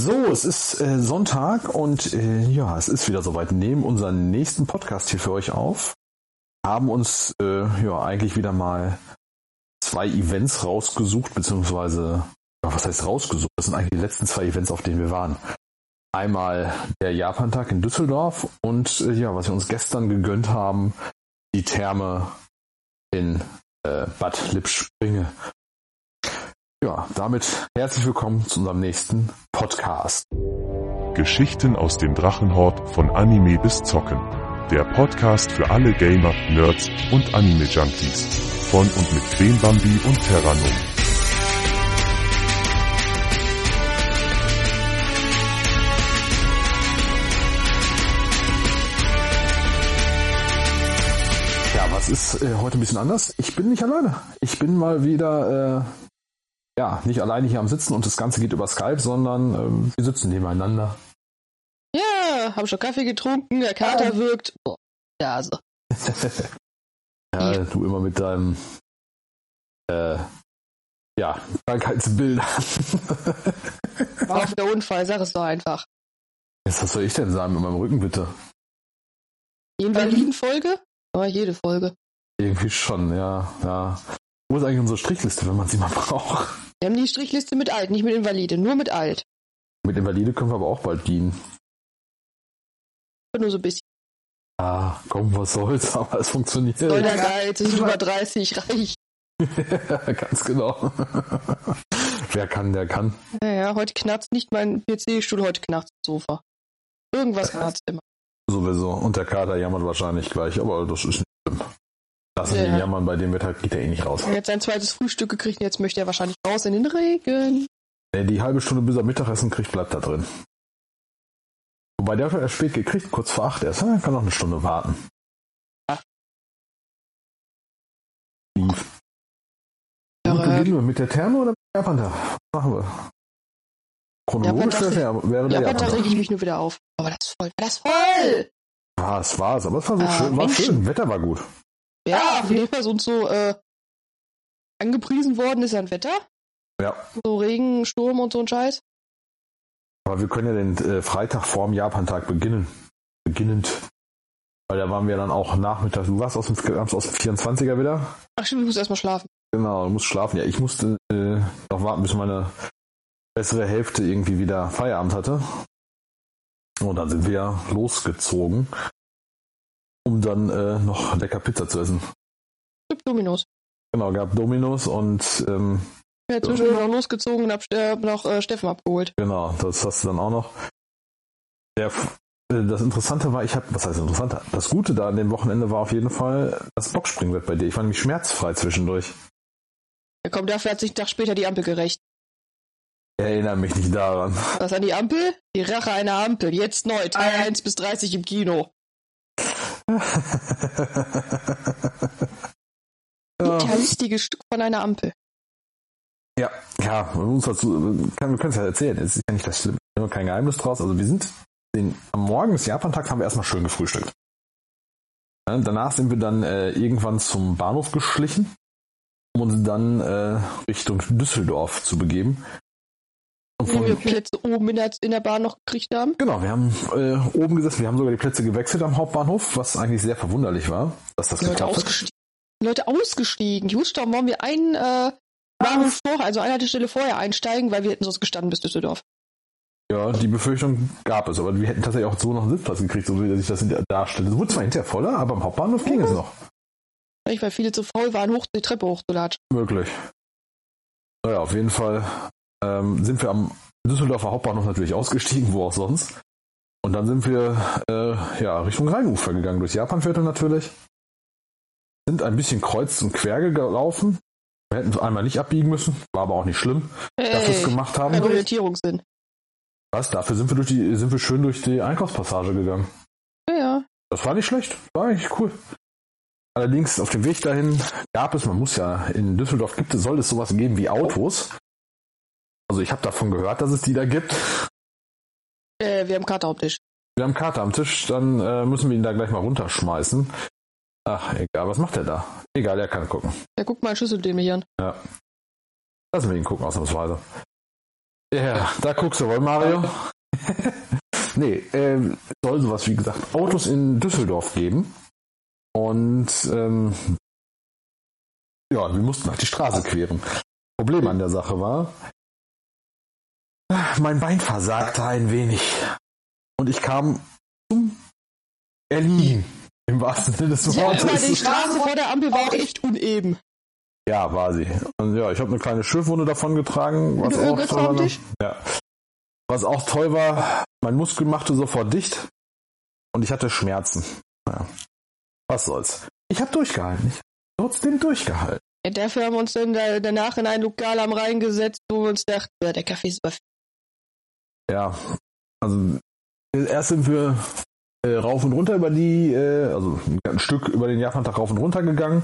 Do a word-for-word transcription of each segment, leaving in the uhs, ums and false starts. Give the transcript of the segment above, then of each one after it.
So, es ist äh, Sonntag und äh, ja, es ist wieder soweit. Nehmen unseren nächsten Podcast hier für euch auf. Haben uns äh, ja eigentlich wieder mal zwei Events rausgesucht, beziehungsweise, ja, was heißt rausgesucht? Das sind eigentlich die letzten zwei Events, auf denen wir waren. Einmal der Japantag in Düsseldorf und äh, ja, was wir uns gestern gegönnt haben, die Therme in äh, Bad Lippspringe. Ja, damit herzlich willkommen zu unserem nächsten Podcast. Geschichten aus dem Drachenhort von Anime bis Zocken. Der Podcast für alle Gamer, Nerds und Anime-Junkies. Von und mit Quenbambi und Terranum. Ja, was ist äh, heute ein bisschen anders? Ich bin nicht alleine. Ich bin mal wieder... Äh, Ja, nicht alleine hier am Sitzen und das Ganze geht über Skype, sondern ähm, wir sitzen nebeneinander. Ja, hab schon Kaffee getrunken, der Kater oh. wirkt. Boah, ja, also. Ja, du immer mit deinem äh, ja, Krankheitsbild. War auch der Unfall, sag es doch einfach. Jetzt, was soll ich denn sagen mit meinem Rücken, bitte? Die Invalidenfolge? Aber jede Folge. Irgendwie schon, ja, ja. Wo ist eigentlich unsere Strichliste, wenn man sie mal braucht? Wir haben die Strichliste mit alt, nicht mit Invalide, nur mit alt. Mit Invalide können wir aber auch bald dienen. Nur so ein bisschen. Ah, komm, was soll's, aber es funktioniert. Soll der Geiz, ich über dreißig, reich. Ja, ganz genau. Wer kann, der kann. Naja, heute knarzt nicht mein P C-Stuhl, heute knarzt das Sofa. Irgendwas knarzt immer. Sowieso. Und der Kater jammert wahrscheinlich gleich, aber das ist nicht schlimm. Lassen wir ja. ihn jammern, bei dem Wetter geht er eh nicht raus. Er hat jetzt sein zweites Frühstück gekriegt und jetzt möchte er wahrscheinlich raus in den Regen. Die halbe Stunde, bis er Mittagessen kriegt, bleibt da drin. Wobei der hat erst spät gekriegt, kurz vor acht erst. Er kann noch eine Stunde warten. Ja. Lief. Gut, beginnen wir mit der Therme oder mit der Japantag? Was machen wir? Chronologisch wäre, wäre der Japantag. Da reg ich mich nur wieder auf. Aber das ist voll. War das voll! Ja, es war's, aber es war so ah, schön. War Menschen. schön, Wetter war gut. Ja, auf jeden Fall so und so äh, angepriesen worden ist ein Wetter. Ja. So Regen, Sturm und so ein Scheiß. Aber wir können ja den äh, Freitag vorm Japantag beginnen. Beginnend. Weil da waren wir dann auch nachmittags. Du warst aus dem, aus dem vierundzwanziger wieder? Ach stimmt, ich muss erstmal schlafen. Genau, du musst schlafen. Ja, ich musste äh, noch warten, bis meine bessere Hälfte irgendwie wieder Feierabend hatte. Und dann sind wir losgezogen, um dann äh, noch lecker Pizza zu essen. Gibt Dominos. Genau, gab Dominos und ähm, ich bin zwischendurch noch losgezogen und hab äh, noch äh, Steffen abgeholt. Genau, das hast du dann auch noch. Der, äh, das Interessante war, ich habe, was heißt Interessante? Das Gute da an dem Wochenende war auf jeden Fall das Boxspringbrett bei dir. Ich war nämlich schmerzfrei zwischendurch. Ja komm, dafür hat sich einen Tag später die Ampel gerecht. Ich erinnere mich nicht daran. Was an die Ampel? Die Rache einer Ampel. Jetzt neu. Teil eins bis dreißig im Kino. Hinterlistige Stück von einer Ampel. Ja, ja, wir, uns dazu, kann, wir können es ja erzählen. Es ist ja nicht das Schlimme, wir haben kein Geheimnis draus. Also wir sind den, am Morgen des Japantags haben wir erstmal schön gefrühstückt. Ja, danach sind wir dann äh, irgendwann zum Bahnhof geschlichen, um uns dann äh, Richtung Düsseldorf zu begeben. Und wo wir Plätze oben in der, in der Bahn noch gekriegt haben? Genau, wir haben äh, oben gesessen, wir haben sogar die Plätze gewechselt am Hauptbahnhof, was eigentlich sehr verwunderlich war, dass das Leute geklappt ausgestiegen. hat. Leute ausgestiegen. Ich wusste doch, warum wir einen äh, Bahnhof vorher, also eine Haltestelle vorher einsteigen, weil wir hätten sonst gestanden bis Düsseldorf. Ja, die Befürchtung gab es, aber wir hätten tatsächlich auch so noch einen Sitzplatz gekriegt, so wie sich das darstellt. Es wurde zwar hinterher voller, aber am Hauptbahnhof ging es noch. Vielleicht, weil viele zu faul waren, hoch die Treppe hochzulatschen. Möglich. Naja, auf jeden Fall ähm, sind wir am Düsseldorfer Hauptbahnhof natürlich ausgestiegen, wo auch sonst. Und dann sind wir äh, ja, Richtung Rheinufer gegangen, durchs Japanviertel natürlich. Sind ein bisschen kreuz und quer gelaufen. Wir hätten einmal nicht abbiegen müssen, war aber auch nicht schlimm, hey, dass wir es gemacht haben. Kein Orientierungssinn. Was? Dafür sind wir durch die, sind wir schön durch die Einkaufspassage gegangen. Ja, ja. Das war nicht schlecht, war eigentlich cool. Allerdings auf dem Weg dahin gab es, man muss ja, in Düsseldorf gibt es, soll es sowas geben wie Autos. Also ich habe davon gehört, dass es die da gibt. Äh, wir haben Kater am Tisch. Wir haben Kater am Tisch, dann äh, müssen wir ihn da gleich mal runterschmeißen. Ach, egal, was macht der da? Egal, er kann gucken. Ja, guck mal, Schlüssel den mich an. Ja. Lassen wir ihn gucken, ausnahmsweise. Ja, da guckst du wohl, Mario. nee, äh, soll sowas, wie gesagt, Autos in Düsseldorf geben. Und ähm, ja, wir mussten halt die Straße queren. Problem an der Sache war, mein Bein versagte ein wenig. Und ich kam zum Erliegen, im wahrsten Sinne des Wortes. Ja, die Straße vor der Ampel war auch echt uneben. Ja, war sie. Und ja, ich habe eine kleine Schürfwunde davon getragen. Was auch, toll war, ja. was auch toll war, mein Muskel machte sofort dicht und ich hatte Schmerzen. Ja. Was soll's. Ich habe durchgehalten. Ich habe trotzdem durchgehalten. Ja, dafür haben wir uns dann da, danach in ein Lokal am Rhein gesetzt, wo wir uns dachten, ja, der Kaffee ist überfällig. Ja, also erst sind wir äh, rauf und runter über die, äh, also ein Stück über den Japantag rauf und runter gegangen.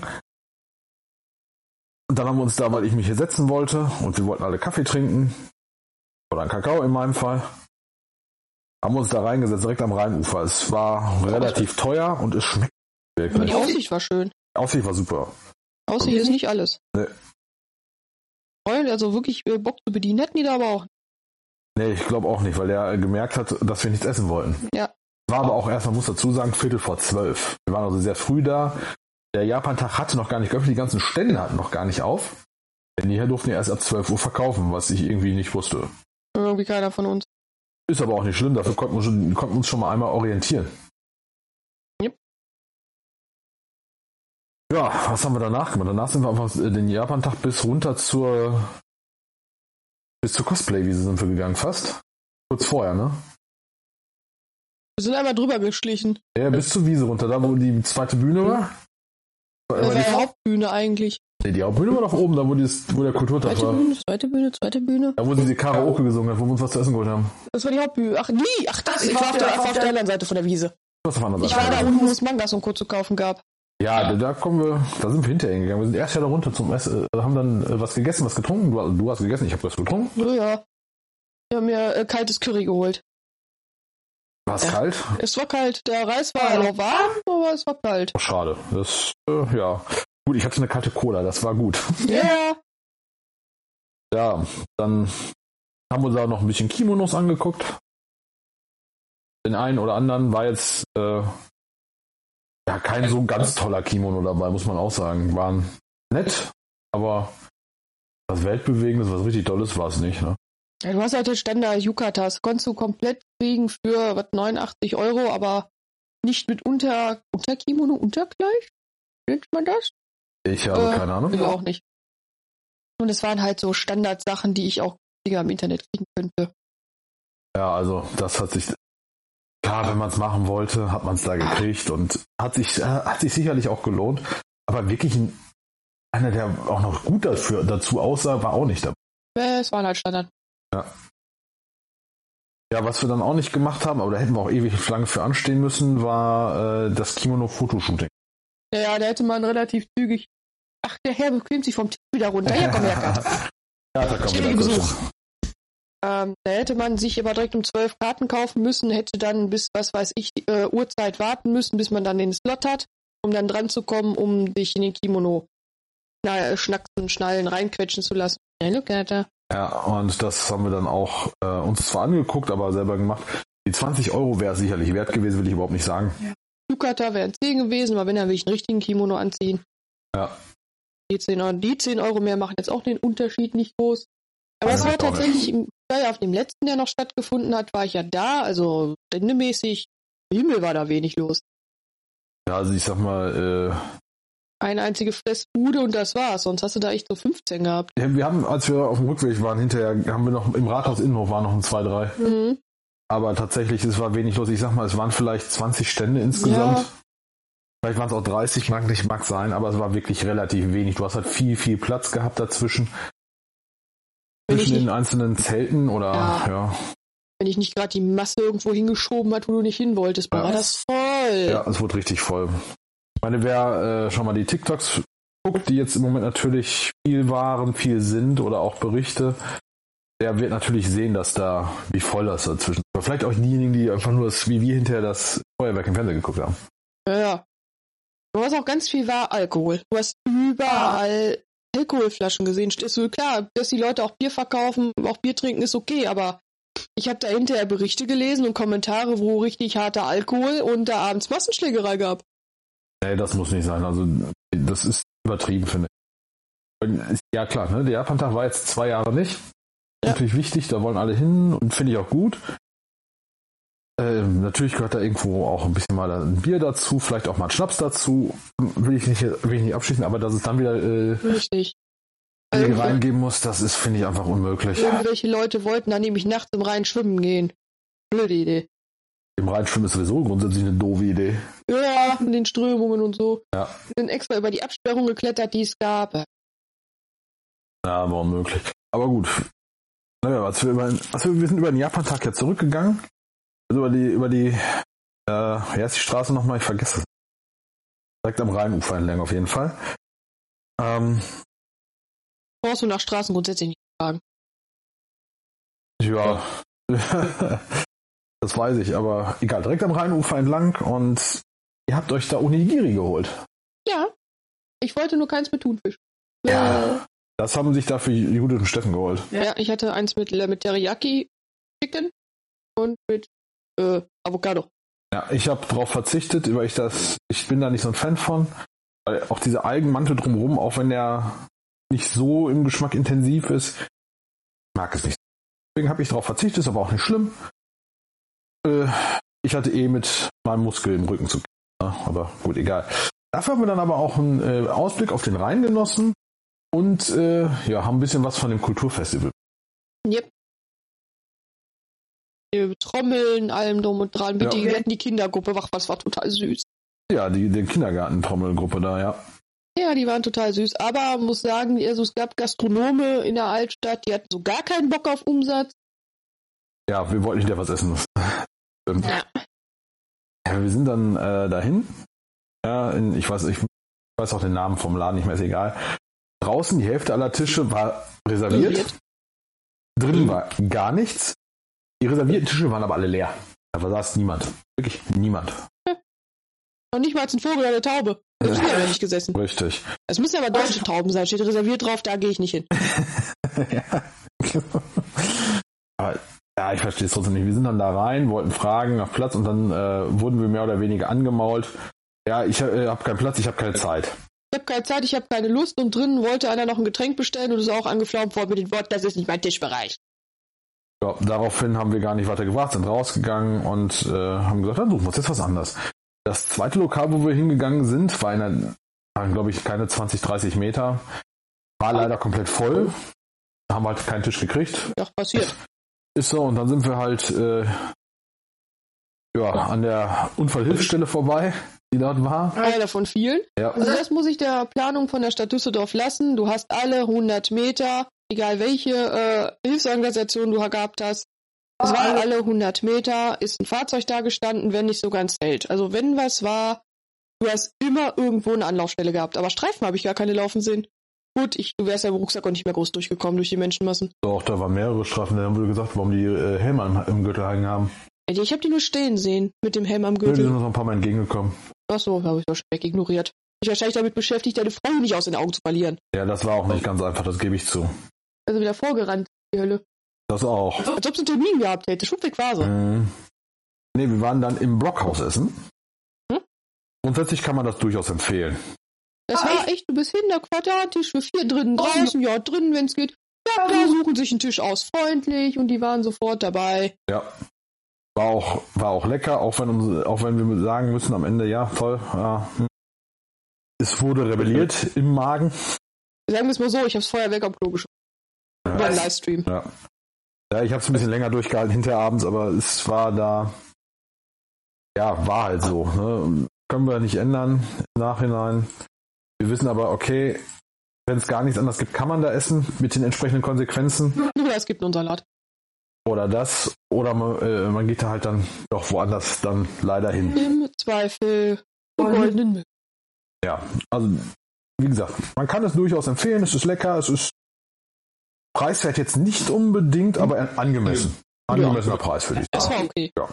Und dann haben wir uns da, weil ich mich hier setzen wollte und wir wollten alle Kaffee trinken, oder einen Kakao in meinem Fall, haben wir uns da reingesetzt, direkt am Rheinufer. Es war relativ teuer und es schmeckt wirklich. Aber die Aussicht war schön. Die Aussicht war super. Aussicht ist nicht alles. Nee. Freunde, also wirklich äh, Bock zu bedienen hätten die da aber auch. Nee, ich glaube auch nicht, weil der gemerkt hat, dass wir nichts essen wollten. Ja. War aber auch erst, man muss dazu sagen, Viertel vor zwölf. Wir waren also sehr früh da. Der Japantag hatte noch gar nicht geöffnet, die ganzen Stände hatten noch gar nicht auf. Denn die hier durften ja erst ab zwölf Uhr verkaufen, was ich irgendwie nicht wusste. Irgendwie keiner von uns. Ist aber auch nicht schlimm, dafür konnten wir, schon, konnten wir uns schon mal einmal orientieren. Yep. Ja, was haben wir danach gemacht? Danach sind wir einfach den Japantag bis runter zur bis zur Cosplay-Wiese sind wir gegangen, fast. Kurz vorher, ne? Wir sind einmal drüber geschlichen. Ja, bis zur Wiese runter, da wo die zweite Bühne war. Das war die Hauptbühne eigentlich. Nee, die Hauptbühne war doch oben, da wo, dieses, wo der Kulturtag zweite war. Bühne, zweite Bühne, zweite Bühne. Da wo sie die Karaoke gesungen hat, wo wir uns was zu essen geholt haben. Das war die Hauptbühne. Ach, nie! Ach, das, ich war auf der, auf der anderen Seite von der Wiese. Was auf der anderen Ich Seite. war da unten, wo es Mangas und Co. zu kaufen gab. Ja, da, da kommen wir, da sind wir hinterher hingegangen. Wir sind erst ja da runter zum Essen, äh, haben dann äh, was gegessen, was getrunken. Du, du hast gegessen, ich habe was getrunken. Ja, ja. Ich habe mir äh, kaltes Curry geholt. War es ja. kalt? Es war kalt. Der Reis war noch warm, aber es war kalt. Oh, schade. Das, äh, ja. Gut, ich hatte eine kalte Cola, das war gut. Ja. Ja, dann haben wir uns da noch ein bisschen Kimonos angeguckt. Den einen oder anderen war jetzt äh, ja kein so ganz toller Kimono dabei, muss man auch sagen. Waren nett, aber was Weltbewegendes, was richtig Tolles war es nicht. Ne? Ja, du hast halt den Standard Yukatas. Konntest du komplett kriegen für was, neunundachtzig Euro, aber nicht mit Unter, Unterkimono, Unterkleid? Nennt man das? Ich habe äh, keine Ahnung. Ich auch nicht. Und es waren halt so Standardsachen, die ich auch im Internet kriegen könnte. Ja, also das hat sich, klar, wenn man es machen wollte, hat man es da gekriegt und hat sich, äh, hat sich sicherlich auch gelohnt. Aber wirklich ein, einer, der auch noch gut dafür, dazu aussah, war auch nicht dabei. Ja, es waren halt Standard. Ja. Ja, was wir dann auch nicht gemacht haben, aber da hätten wir auch ewig lange für anstehen müssen, war äh, das Kimono-Fotoshooting. Ja, ja, da hätte man relativ zügig. Ach, der Herr bequemt sich vom Tisch wieder runter. Ja, komm her, Kat. Ja, da kommt Ständige wieder Besuch. Ähm, da hätte man sich aber direkt um zwölf Karten kaufen müssen, hätte dann bis, was weiß ich, äh, Uhrzeit warten müssen, bis man dann den Slot hat, um dann dran zu kommen, um dich in den Kimono na, schnacksen, schnallen, reinquetschen zu lassen. Ja, look at that. Ja, und das haben wir dann auch äh, uns zwar angeguckt, aber selber gemacht. Die zwanzig Euro wäre sicherlich wert gewesen, will ich überhaupt nicht sagen. Ja. Yukata wären zehn gewesen, aber wenn, dann will ich einen richtigen Kimono anziehen. Ja. Die zehn Euro, die zehn Euro mehr machen jetzt auch den Unterschied nicht groß. Aber ja, es war tatsächlich, im, ja, auf dem letzten, der noch stattgefunden hat, war ich ja da, also ständemäßig, Himmel war da wenig los. Ja, also ich sag mal, äh, eine einzige Fressbude und das war's, sonst hast du da echt so fünfzehn gehabt. Ja, wir haben, als wir auf dem Rückweg waren, hinterher haben wir noch im Rathaus Innenhof waren noch ein zwei, drei. Mhm. Aber tatsächlich, es war wenig los. Ich sag mal, es waren vielleicht zwanzig Stände insgesamt. Ja. Vielleicht waren es auch dreißig, mag nicht, mag sein, aber es war wirklich relativ wenig. Du hast halt viel, viel Platz gehabt dazwischen. Wenn Zwischen den nicht, einzelnen Zelten oder, ja. ja. Wenn ich nicht gerade die Masse irgendwo hingeschoben hat, wo du nicht hin wolltest, war Ja. das voll. Ja, es wurde richtig voll. Ich meine, wer äh, schon mal die TikToks guckt, die jetzt im Moment natürlich viel waren, viel sind oder auch Berichte, der wird natürlich sehen, dass da, wie voll das dazwischen ist. Aber vielleicht auch diejenigen, die einfach nur das, wie wir hinterher das Feuerwerk im Fernsehen geguckt haben. Ja, ja. Du hast auch ganz viel war Alkohol. Du hast überall Alkoholflaschen gesehen. Ist so klar, dass die Leute auch Bier verkaufen, auch Bier trinken ist okay, aber ich habe da hinterher Berichte gelesen und Kommentare, wo richtig harter Alkohol und da abends Massenschlägerei gab. Nee, das muss nicht sein. Also das ist übertrieben, finde ich. Ja klar, ne? Der Japantag war jetzt zwei Jahre nicht. Ja. Natürlich wichtig, da wollen alle hin und finde ich auch gut. Ähm, natürlich gehört da irgendwo auch ein bisschen mal ein Bier dazu, vielleicht auch mal ein Schnaps dazu. Will ich nicht, will ich nicht abschließen, aber dass es dann wieder äh, richtig also, reingeben muss, das ist, finde ich, einfach unmöglich. Irgendwelche Leute wollten dann nämlich nachts im Rhein schwimmen gehen. Blöde Idee. Im Rhein schwimmen ist sowieso grundsätzlich eine doofe Idee. Ja, mit den Strömungen und so. Ja. Sind extra über die Absperrung geklettert, die es gab. Ja, war unmöglich. Aber gut. Naja, was wir, über, was wir, wir sind über den Japantag ja zurückgegangen. Also über die, über die, äh, wie heißt die Straße nochmal? Ich vergesse es. Direkt am Rheinufer entlang auf jeden Fall. Ähm, Brauchst du nach Straßen grundsätzlich nicht fragen. Ja, das weiß ich, aber egal. Direkt am Rheinufer entlang und ihr habt euch da Onigiri geholt. Ja, ich wollte nur keins mit Thunfisch. Ja, äh, das haben sich dafür Judith und Steffen geholt. Ja, ich hatte eins mit, mit Teriyaki Chicken und mit äh, Avocado. Ja, ich habe darauf verzichtet, weil ich das, ich bin da nicht so ein Fan von, weil auch dieser Algenmantel drumherum, auch wenn der nicht so im Geschmack intensiv ist, mag es nicht. Deswegen habe ich darauf verzichtet, ist aber auch nicht schlimm. Äh, ich hatte eh mit meinem Muskel im Rücken zu kämpfen, aber gut, egal. Dafür haben wir dann aber auch einen äh, Ausblick auf den Rhein genossen und äh, ja, haben ein bisschen was von dem Kulturfestival. Yep. Trommeln, allem drum und dran. Ja. Wir hatten die Kindergruppe wach, was war total süß. Ja, die, die Kindergartentrommelgruppe da, ja. Ja, die waren total süß. Aber muss sagen, also es gab Gastronome in der Altstadt, die hatten so gar keinen Bock auf Umsatz. Ja, wir wollten nicht ja was essen. Ja. Ja, wir sind dann äh, dahin. Ja, in, ich weiß, ich weiß auch den Namen vom Laden nicht mehr, ist egal. Draußen die Hälfte aller Tische war reserviert. reserviert. Drinnen war gar nichts. Die reservierten Tische waren aber alle leer. Da saß niemand. Wirklich niemand. Ja. Und nicht mal ein Vogel oder eine Taube. Da sind ja nicht gesessen. Richtig. Es müssen aber deutsche Tauben sein. Steht reserviert drauf, da gehe ich nicht hin. Ja. Aber, ja, ich verstehe es trotzdem nicht. Wir sind dann da rein, wollten fragen nach Platz und dann äh, wurden wir mehr oder weniger angemault. Ja, ich äh, habe keinen Platz, ich habe keine Zeit. Ich habe keine Zeit, ich habe keine Lust und drinnen wollte einer noch ein Getränk bestellen und ist auch angeflaumt worden mit den Worten, das ist nicht mein Tischbereich. Ja, daraufhin haben wir gar nicht weiter gewartet, sind rausgegangen und äh, haben gesagt, dann suchen wir uns jetzt was anderes. Das zweite Lokal, wo wir hingegangen sind, war in glaube ich, keine zwanzig, dreißig Meter. War leider komplett voll. Da haben wir halt keinen Tisch gekriegt. Ja, passiert. Ist so, und dann sind wir halt äh, ja, an der Unfallhilfsstelle vorbei, die dort war. Einer von vielen. Ja. Also das muss ich der Planung von der Stadt Düsseldorf lassen. Du hast alle hundert Meter, egal welche äh, Hilfsorganisation du gehabt hast. Es waren alle hundert Meter, ist ein Fahrzeug da gestanden, wenn nicht sogar ein Zelt. Also wenn was war, du hast immer irgendwo eine Anlaufstelle gehabt. Aber Streifen habe ich gar keine laufen sehen. Gut, ich, du wärst ja im Rucksack auch nicht mehr groß durchgekommen durch die Menschenmassen. Doch, da waren mehrere Streifen. Dann wurde gesagt, warum die äh, Helme im, im Gürtel hängen haben. Ich habe die nur stehen sehen, mit dem Helm am Gürtel. Ja, die sind uns noch ein paar Mal entgegengekommen. Ach so, habe ich wahrscheinlich wegignoriert. Ich war wahrscheinlich damit beschäftigt, deine Frau nicht aus den Augen zu verlieren. Ja, das war auch nicht ganz einfach, das gebe ich zu. Also wieder vorgerannt, die Hölle. Das auch. Als ob sie einen Termin gehabt hätte. Schwuppdig war sie. Mm. Ne, wir waren dann im Blockhaus essen. Hm? Grundsätzlich kann man das durchaus empfehlen. Das ah, war echt, du bist hinter Quadrattisch für vier drinnen, draußen, ja, drinnen, wenn es geht. Ja, da suchen sich einen Tisch aus, freundlich, und die waren sofort dabei. Ja. War auch, war auch lecker, auch wenn, auch wenn wir sagen müssen am Ende, ja, toll. Ja. Es wurde rebelliert im Magen. Sagen wir es mal so, ich habe das Feuerwerk am Klo geschoben. Ja. Über den Livestream. Ja. Ja, ich habe es ein bisschen länger durchgehalten hinter abends, aber es war da, ja, war halt so. Ne? Können wir nicht ändern im Nachhinein. Wir wissen aber, okay, wenn es gar nichts anderes gibt, kann man da essen mit den entsprechenden Konsequenzen. Oder es gibt einen Salat. Oder das, oder man, äh, man geht da halt dann doch woanders dann leider hin. Im Zweifel zum goldenen Müll. Ja, also wie gesagt, man kann es durchaus empfehlen, es ist lecker, es ist preiswert jetzt nicht unbedingt, aber angemessen. Angemessener ja. Preis für dich. Das war okay. Ja.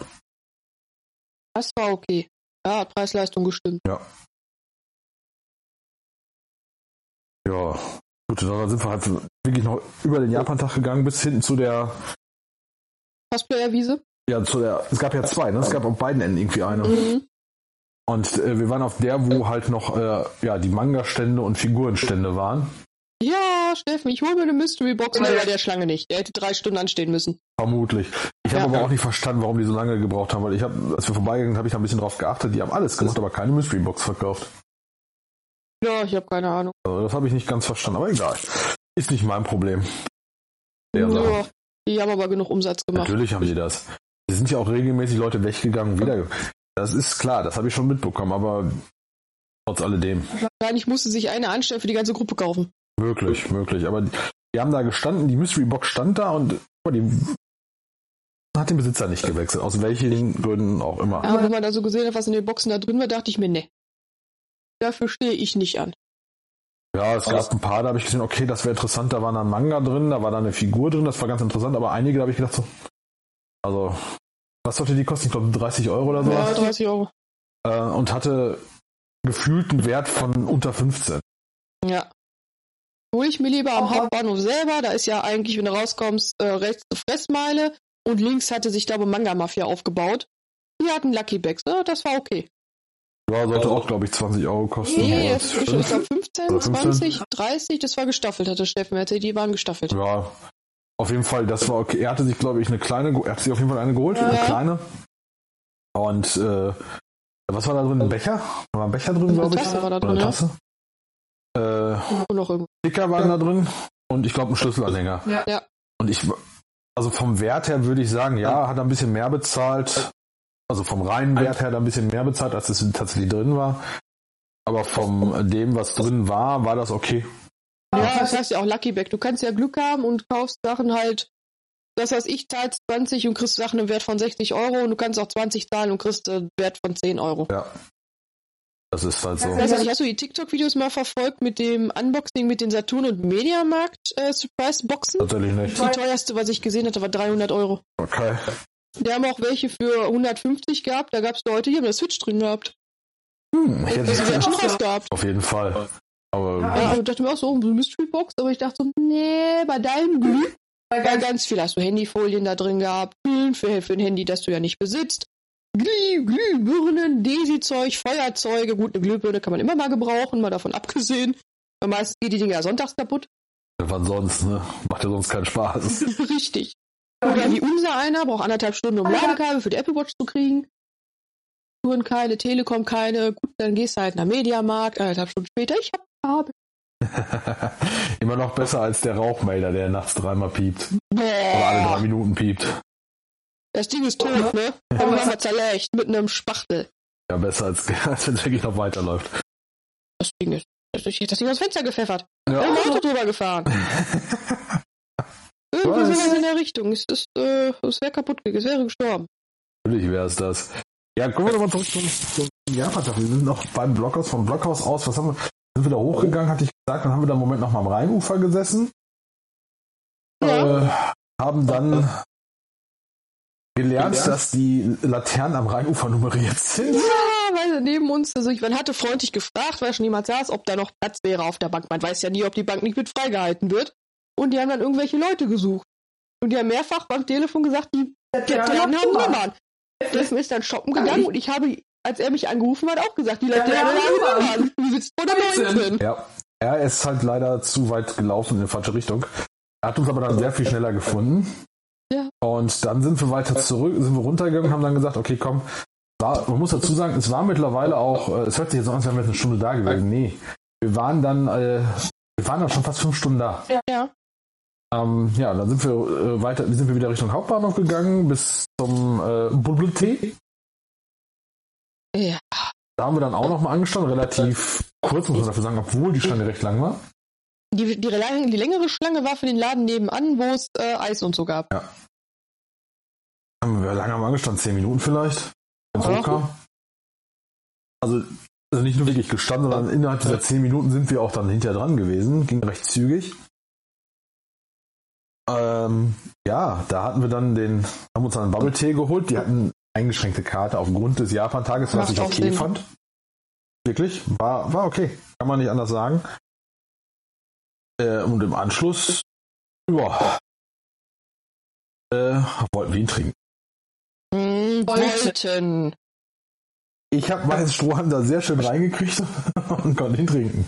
Das war okay. Ja, hat Preis-Leistung gestimmt. Ja. Ja, Gut, dann sind wir halt wirklich noch über den Japan-Tag gegangen bis hinten zu der Cosplayer-Wiese? Ja, zu der, es gab ja zwei, ne? Es gab auf beiden Enden irgendwie eine. Mhm. Und äh, wir waren auf der, wo halt noch äh, ja, die Manga-Stände und Figurenstände waren. Ja, Steffen, ich hole mir eine Mystery-Box, weil bei der Schlange nicht. Der hätte drei Stunden anstehen müssen. Vermutlich. Ich Ja. habe aber auch nicht verstanden, warum die so lange gebraucht haben, weil ich habe, als wir vorbeigegangen sind, habe ich da ein bisschen drauf geachtet. Die haben alles gemacht, aber keine Mystery-Box verkauft. Ja, ich habe keine Ahnung. Also das habe ich nicht ganz verstanden, aber egal. Ist nicht mein Problem. Der Ja, Sache. die haben aber genug Umsatz gemacht. Natürlich haben die das. Es sind ja auch regelmäßig Leute weggegangen und wieder. Das ist klar, das habe ich schon mitbekommen, aber trotz alledem. Wahrscheinlich musste sich einer anstellen für die ganze Gruppe kaufen. Möglich, möglich. Aber die haben da gestanden, die Mystery Box stand da und die hat den Besitzer nicht gewechselt. Aus welchen Gründen auch immer. Aber wenn man da so gesehen hat, was in den Boxen da drin war, dachte ich mir, ne. Dafür stehe ich nicht an. Ja, es gab ein paar, da habe ich gesehen, okay, das wäre interessant, da war dann ein Manga drin, da war da eine Figur drin, das war ganz interessant, aber einige, da habe ich gedacht so, also, was sollte die kosten? Ich glaube dreißig Euro oder so. Ja, dreißig Euro. Äh, und hatte gefühlt einen Wert von unter fünfzehn. Ja. Hol ich mir lieber am Hauptbahnhof selber, da ist ja eigentlich, wenn du rauskommst, äh, rechts eine Fressmeile und links hatte sich da eine Manga-Mafia aufgebaut. Die hatten Lucky Bags, ne? Das war okay. Ja, sollte auch, glaube ich, zwanzig Euro kosten. Nee, oder das, ich glaube fünfzehn, Oder fünfzehn? zwanzig, dreißig, das war gestaffelt, hatte Steffen erzählt, die waren gestaffelt. Ja, auf jeden Fall, das war okay. Er hatte sich, glaube ich, eine kleine, er hatte sich auf jeden Fall eine geholt, Ja. eine kleine. Und, äh, was war da drin? Ein Becher? Da war ein Becher drin, glaube ich. Eine Tasse war da Oder drin, eine ja. Tasse. Äh, Und noch irgendwo. Sticker waren da drin und ich glaube ein Schlüsselanhänger. Ja. Ja. Und ich, also vom Wert her würde ich sagen, ja, hat er ein bisschen mehr bezahlt. Also vom reinen Wert her hat er ein bisschen mehr bezahlt, als es tatsächlich drin war. Aber vom dem, was drin war, war das okay. Ja, das heißt ja auch Lucky Bag. Du kannst ja Glück haben und kaufst Sachen halt, das heißt, ich zahlst zwanzig und kriegst Sachen im Wert von sechzig Euro und du kannst auch zwanzig zahlen und kriegst einen Wert von zehn Euro. Ja. Das ist halt so. Ich weiß nicht, hast du die TikTok-Videos mal verfolgt mit dem Unboxing mit den Saturn- und Mediamarkt äh, Surprise-Boxen? Natürlich nicht. Die teuerste, was ich gesehen hatte, war dreihundert Euro. Okay. Die haben auch welche für hundertfünfzig gehabt. Da gab es Leute, die haben eine Switch drin gehabt. Hm, ich Das hätte wäre schon krass gehabt. auf jeden Fall. Aber Ja, also dachte mir auch so, oh, so eine Mystery-Box, aber ich dachte so, nee, bei deinem Glück, weil ganz viel hast du Handyfolien da drin gehabt, Hüllen für, für ein Handy, das du ja nicht besitzt, Glüh, Glühbirnen, Desi-Zeug, Feuerzeuge, gut, eine Glühbirne kann man immer mal gebrauchen, mal davon abgesehen, weil meistens geht die Dinger ja sonntags kaputt. wann sonst, ne? Macht ja sonst keinen Spaß. Richtig. Oder wie unser einer, braucht anderthalb Stunden, um Ladekabel für die Apple Watch zu kriegen. Touren keine, Telekom keine, gut, dann gehst du halt nach Mediamarkt, anderthalb Stunden später, ich hab Kabel. Immer noch besser als der Rauchmelder, der nachts dreimal piept. Oder alle drei Boah, Minuten piept. das Ding ist tot, ne? Aber wir haben zerlegt mit einem Spachtel. Ja, besser als, als wenn es wirklich noch weiterläuft. Das Ding ist, ich hätte das Ding aus dem Fenster gepfeffert. Ja. Ja. Auto drüber gefahren. Irgendwie Was? sowas in der Richtung. Es ist, äh, es wäre kaputt gegangen, es wäre gestorben. Natürlich wäre es das. Ja, kommen wir nochmal zurück zum, zum Japan-Tag. Wir sind noch beim Blockhaus, vom Blockhaus aus. Was haben wir? Sind wir da hochgegangen, hatte ich gesagt. Dann haben wir da einen Moment noch mal am Rheinufer gesessen. Ja. Äh, haben dann gelernt, dass die Laternen am Rheinufer nummeriert sind. Ja, weil neben uns, also ich man hatte freundlich gefragt, weil schon jemand saß, ob da noch Platz wäre auf der Bank. Man weiß ja nie, ob die Bank nicht mit freigehalten wird. Und die haben dann irgendwelche Leute gesucht. Und die haben mehrfach beim Telefon gesagt, die Laternen haben Nummern. Steffen ist dann shoppen gegangen und ich habe, als er mich angerufen hat, auch gesagt, die Laternen haben Nummern. Du sitzt vor der neunzehn. Ja, er ist halt leider zu weit gelaufen in die falsche Richtung. Er hat uns aber dann sehr viel schneller gefunden. Ja. Und dann sind wir weiter zurück, sind wir runtergegangen und haben dann gesagt, okay, komm, war, man muss dazu sagen, es war mittlerweile auch, äh, es hört sich jetzt an, als wären wir jetzt eine Stunde da gewesen. Nee, wir waren dann, äh, wir waren dann schon fast fünf Stunden da. Ja. Ähm, ja, dann sind wir äh, weiter, sind wir wieder Richtung Hauptbahnhof gegangen bis zum äh, Bibliothek. Ja. Da haben wir dann auch noch mal angestanden, relativ kurz, muss man dafür sagen, obwohl die Schlange recht lang war. Die, die, die längere Schlange war für den Laden nebenan, wo es äh, Eis und so gab. Ja. Haben wir lange am angestanden? Zehn Minuten vielleicht, wenn es Ja. hochkam. Also, also nicht nur wirklich gestanden, sondern innerhalb dieser zehn Minuten sind wir auch dann hinterher dran gewesen. Ging recht zügig. Ähm, ja, da hatten wir dann den, haben uns dann einen Bubble Tea geholt. Die hatten eingeschränkte Karte aufgrund des Japan-Tages, was Macht ich auch okay Sinn. fand. Wirklich, war, war okay. Kann man nicht anders sagen. Äh, und im Anschluss, ja, äh, wollten wir ihn trinken. Mm, wollten. Ich habe meinen Strohhalm da sehr schön reingekriegt und konnte ihn trinken.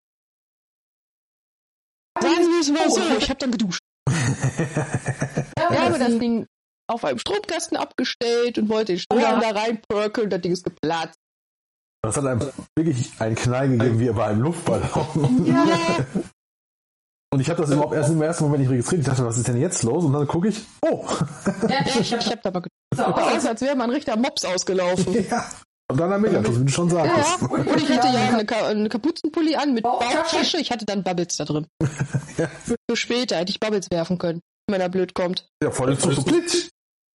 Sagen Sie es mal so, ich habe dann geduscht. Ja, ich habe das Ding auf einem Stromkasten abgestellt und wollte den Strohhalm da reinpörkeln, das Ding ist geplatzt. Das hat einem wirklich einen Knall gegeben, wie bei einem Luftballon. Ja. Und ich habe das überhaupt erst im ersten Moment nicht registriert. Ich dachte, was ist denn jetzt los? Und dann gucke ich, oh. Ja, ich habe hab da mal gedacht. Aus, als wäre man ein richtiger Mops ausgelaufen. Ja. Und dann am Megatus, wie du schon sagtest. Ja, und ich hatte ja eine, Ka- eine Kapuzenpulli an mit Bauchtasche. Ich hatte dann Bubbles da drin. Ja. Für, für später hätte ich Bubbles werfen können, wenn er blöd kommt. Ja, voll zu Glitch.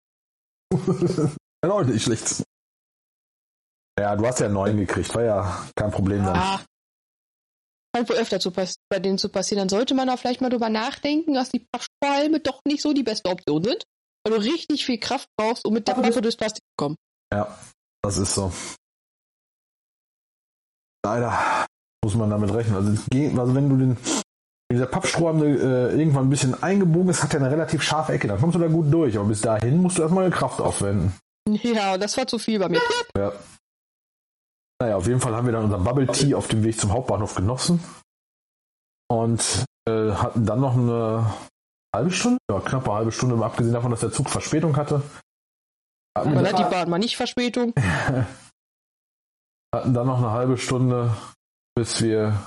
Ja, auch nicht schlecht. Ja, du hast ja einen neuen gekriegt, war ja kein Problem dann. Ah. Scheint wohl öfter zu pass- bei denen zu passieren. Dann sollte man auch vielleicht mal drüber nachdenken, dass die Pappstrohhalme doch nicht so die beste Option sind. Weil du richtig viel Kraft brauchst, um mit der Pappe durchs Plastik zu kommen. Ja, das ist so. Leider muss man damit rechnen. Also, also wenn du den dieser Pappstrohhalm äh, irgendwann ein bisschen eingebogen ist, hat er eine relativ scharfe Ecke. Dann kommst du da gut durch. Aber bis dahin musst du erstmal Kraft aufwenden. Ja, das war zu viel bei mir. Ja. Naja, auf jeden Fall haben wir dann unseren Bubble Tea auf dem Weg zum Hauptbahnhof genossen. Und äh, hatten dann noch eine halbe Stunde, ja, knappe halbe Stunde, mal abgesehen davon, dass der Zug Verspätung hatte. Hatten Man hat die Bahn mal nicht Verspätung. Hatten dann noch eine halbe Stunde, bis wir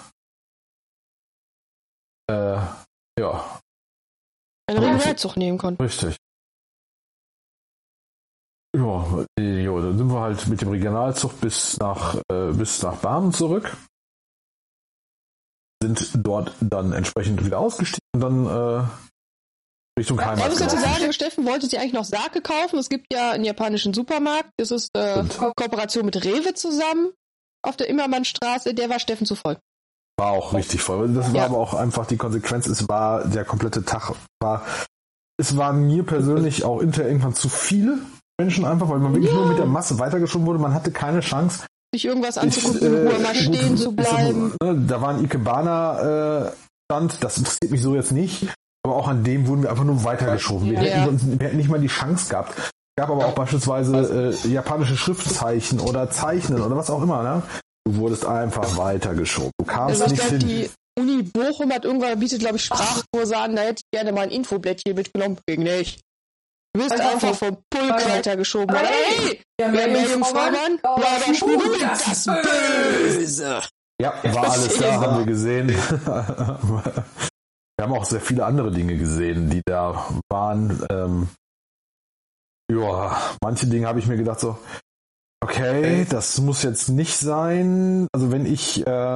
äh, ja. einen Regionalzug nehmen konnten. Richtig. Ja, jo, dann sind wir halt mit dem Regionalzug bis nach äh, bis nach Barmen zurück. Sind dort dann entsprechend wieder ausgestiegen und dann äh, Richtung Heimat. Ich muss dazu sagen, Steffen wollte sich eigentlich noch Sake kaufen. Es gibt ja einen japanischen Supermarkt. Das ist äh, Ko- Kooperation mit Rewe zusammen auf der Immermannstraße. Der war Steffen zu voll. War auch richtig voll. Das war ja. aber auch einfach die Konsequenz. Es war der komplette Tag. War, es waren mir persönlich auch hinterher irgendwann zu viele Menschen einfach, weil man wirklich ja. nur mit der Masse weitergeschoben wurde. Man hatte keine Chance, sich irgendwas anzugucken, in Ruhe mal stehen gut, zu bleiben. So, ne, da war ein Ikebana äh, Stand, das interessiert mich so jetzt nicht. Aber auch an dem wurden wir einfach nur weitergeschoben. Wir, ja. hätten, wir hätten nicht mal die Chance gehabt. Es gab aber auch beispielsweise äh, japanische Schriftzeichen oder Zeichnen oder was auch immer. Ne? Du wurdest einfach weitergeschoben. Du kamst also nicht glaub, hin. Die Uni Bochum hat irgendwann bietet, glaube ich, Sprachkurse an. Da hätte ich gerne mal ein Infoblättchen mitgenommen. Gegen nicht. Du wirst also einfach vom Pulk weitergeschoben. Hey, wer mehr Jungfraumann? Blaber Schwurbel, das Böse. Ja, war alles da, haben wir gesehen. Wir haben auch sehr viele andere Dinge gesehen, die da waren. Ähm, ja, manche Dinge habe ich mir gedacht so, okay, das muss jetzt nicht sein. Also wenn ich äh,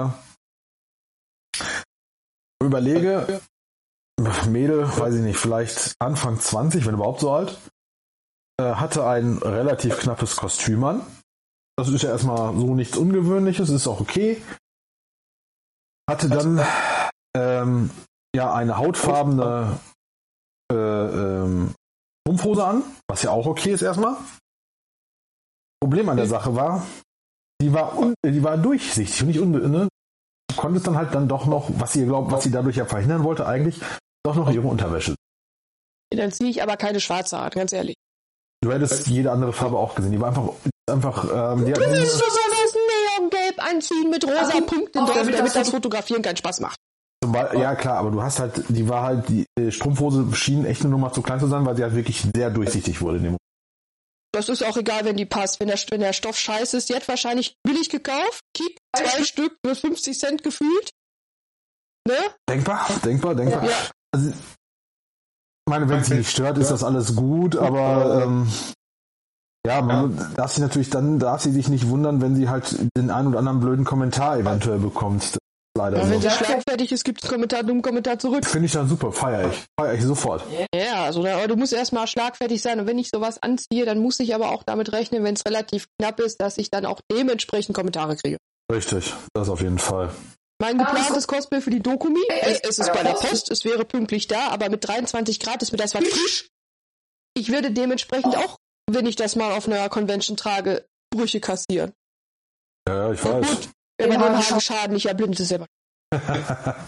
überlege, Mädel, weiß ich nicht, vielleicht Anfang zwanzig, wenn überhaupt so alt, äh, hatte ein relativ knappes Kostüm an. Das ist ja erstmal so nichts Ungewöhnliches, ist auch okay. Hatte dann ähm, ja eine hautfarbene äh, ähm, Strumpfhose an, was ja auch okay ist erstmal. Problem an der Sache war, die war un- die war durchsichtig und nicht un- ne? Du konntest dann halt dann doch noch, was sie glaubt, was sie dadurch ja verhindern wollte eigentlich, doch noch ihre Unterwäsche. Dann ziehe ich aber keine schwarze an, ganz ehrlich. Du hättest jede andere Farbe auch gesehen. Die war einfach, einfach. Ähm, die du willst doch so das Neongelb anziehen mit rosa Ach, Punkten drauf, damit, damit das Fotografieren keinen Spaß macht. Zum Beispiel, ja klar, aber du hast halt, die war halt, die Strumpfhose schien echt eine Nummer zu klein zu sein, weil sie halt wirklich sehr durchsichtig wurde in dem Moment. Das ist auch egal, wenn die passt. Wenn der, wenn der Stoff scheiße ist, die hat wahrscheinlich billig gekauft. Kick, zwei Stück für fünfzig Cent gefühlt. Ne? Denkbar, denkbar, denkbar. Ja. Also, ich meine, wenn es nicht stört, ist das alles gut, aber ähm, ja, man darf sich natürlich dann, darf sie sich nicht wundern, wenn sie halt den einen oder anderen blöden Kommentar eventuell bekommt. Leider ja, so. Wenn sie schlagfertig ist, gibt es Kommentar, dummen Kommentar zurück. Finde ich dann super, feiere ich. Feiere ich sofort. Ja, also da, aber du musst erstmal schlagfertig sein und wenn ich sowas anziehe, dann muss ich aber auch damit rechnen, wenn es relativ knapp ist, dass ich dann auch dementsprechend Kommentare kriege. Richtig, das auf jeden Fall. Mein geplantes Cosplay für die Dokumi, es, es ist bei der Post, es wäre pünktlich da, aber mit dreiundzwanzig Grad ist mir das was frisch. Ich würde dementsprechend auch, wenn ich das mal auf einer Convention trage, Brüche kassieren. Ja, ich weiß. Gut, wenn man den Haaren Schaden nicht erblindet, ist selber.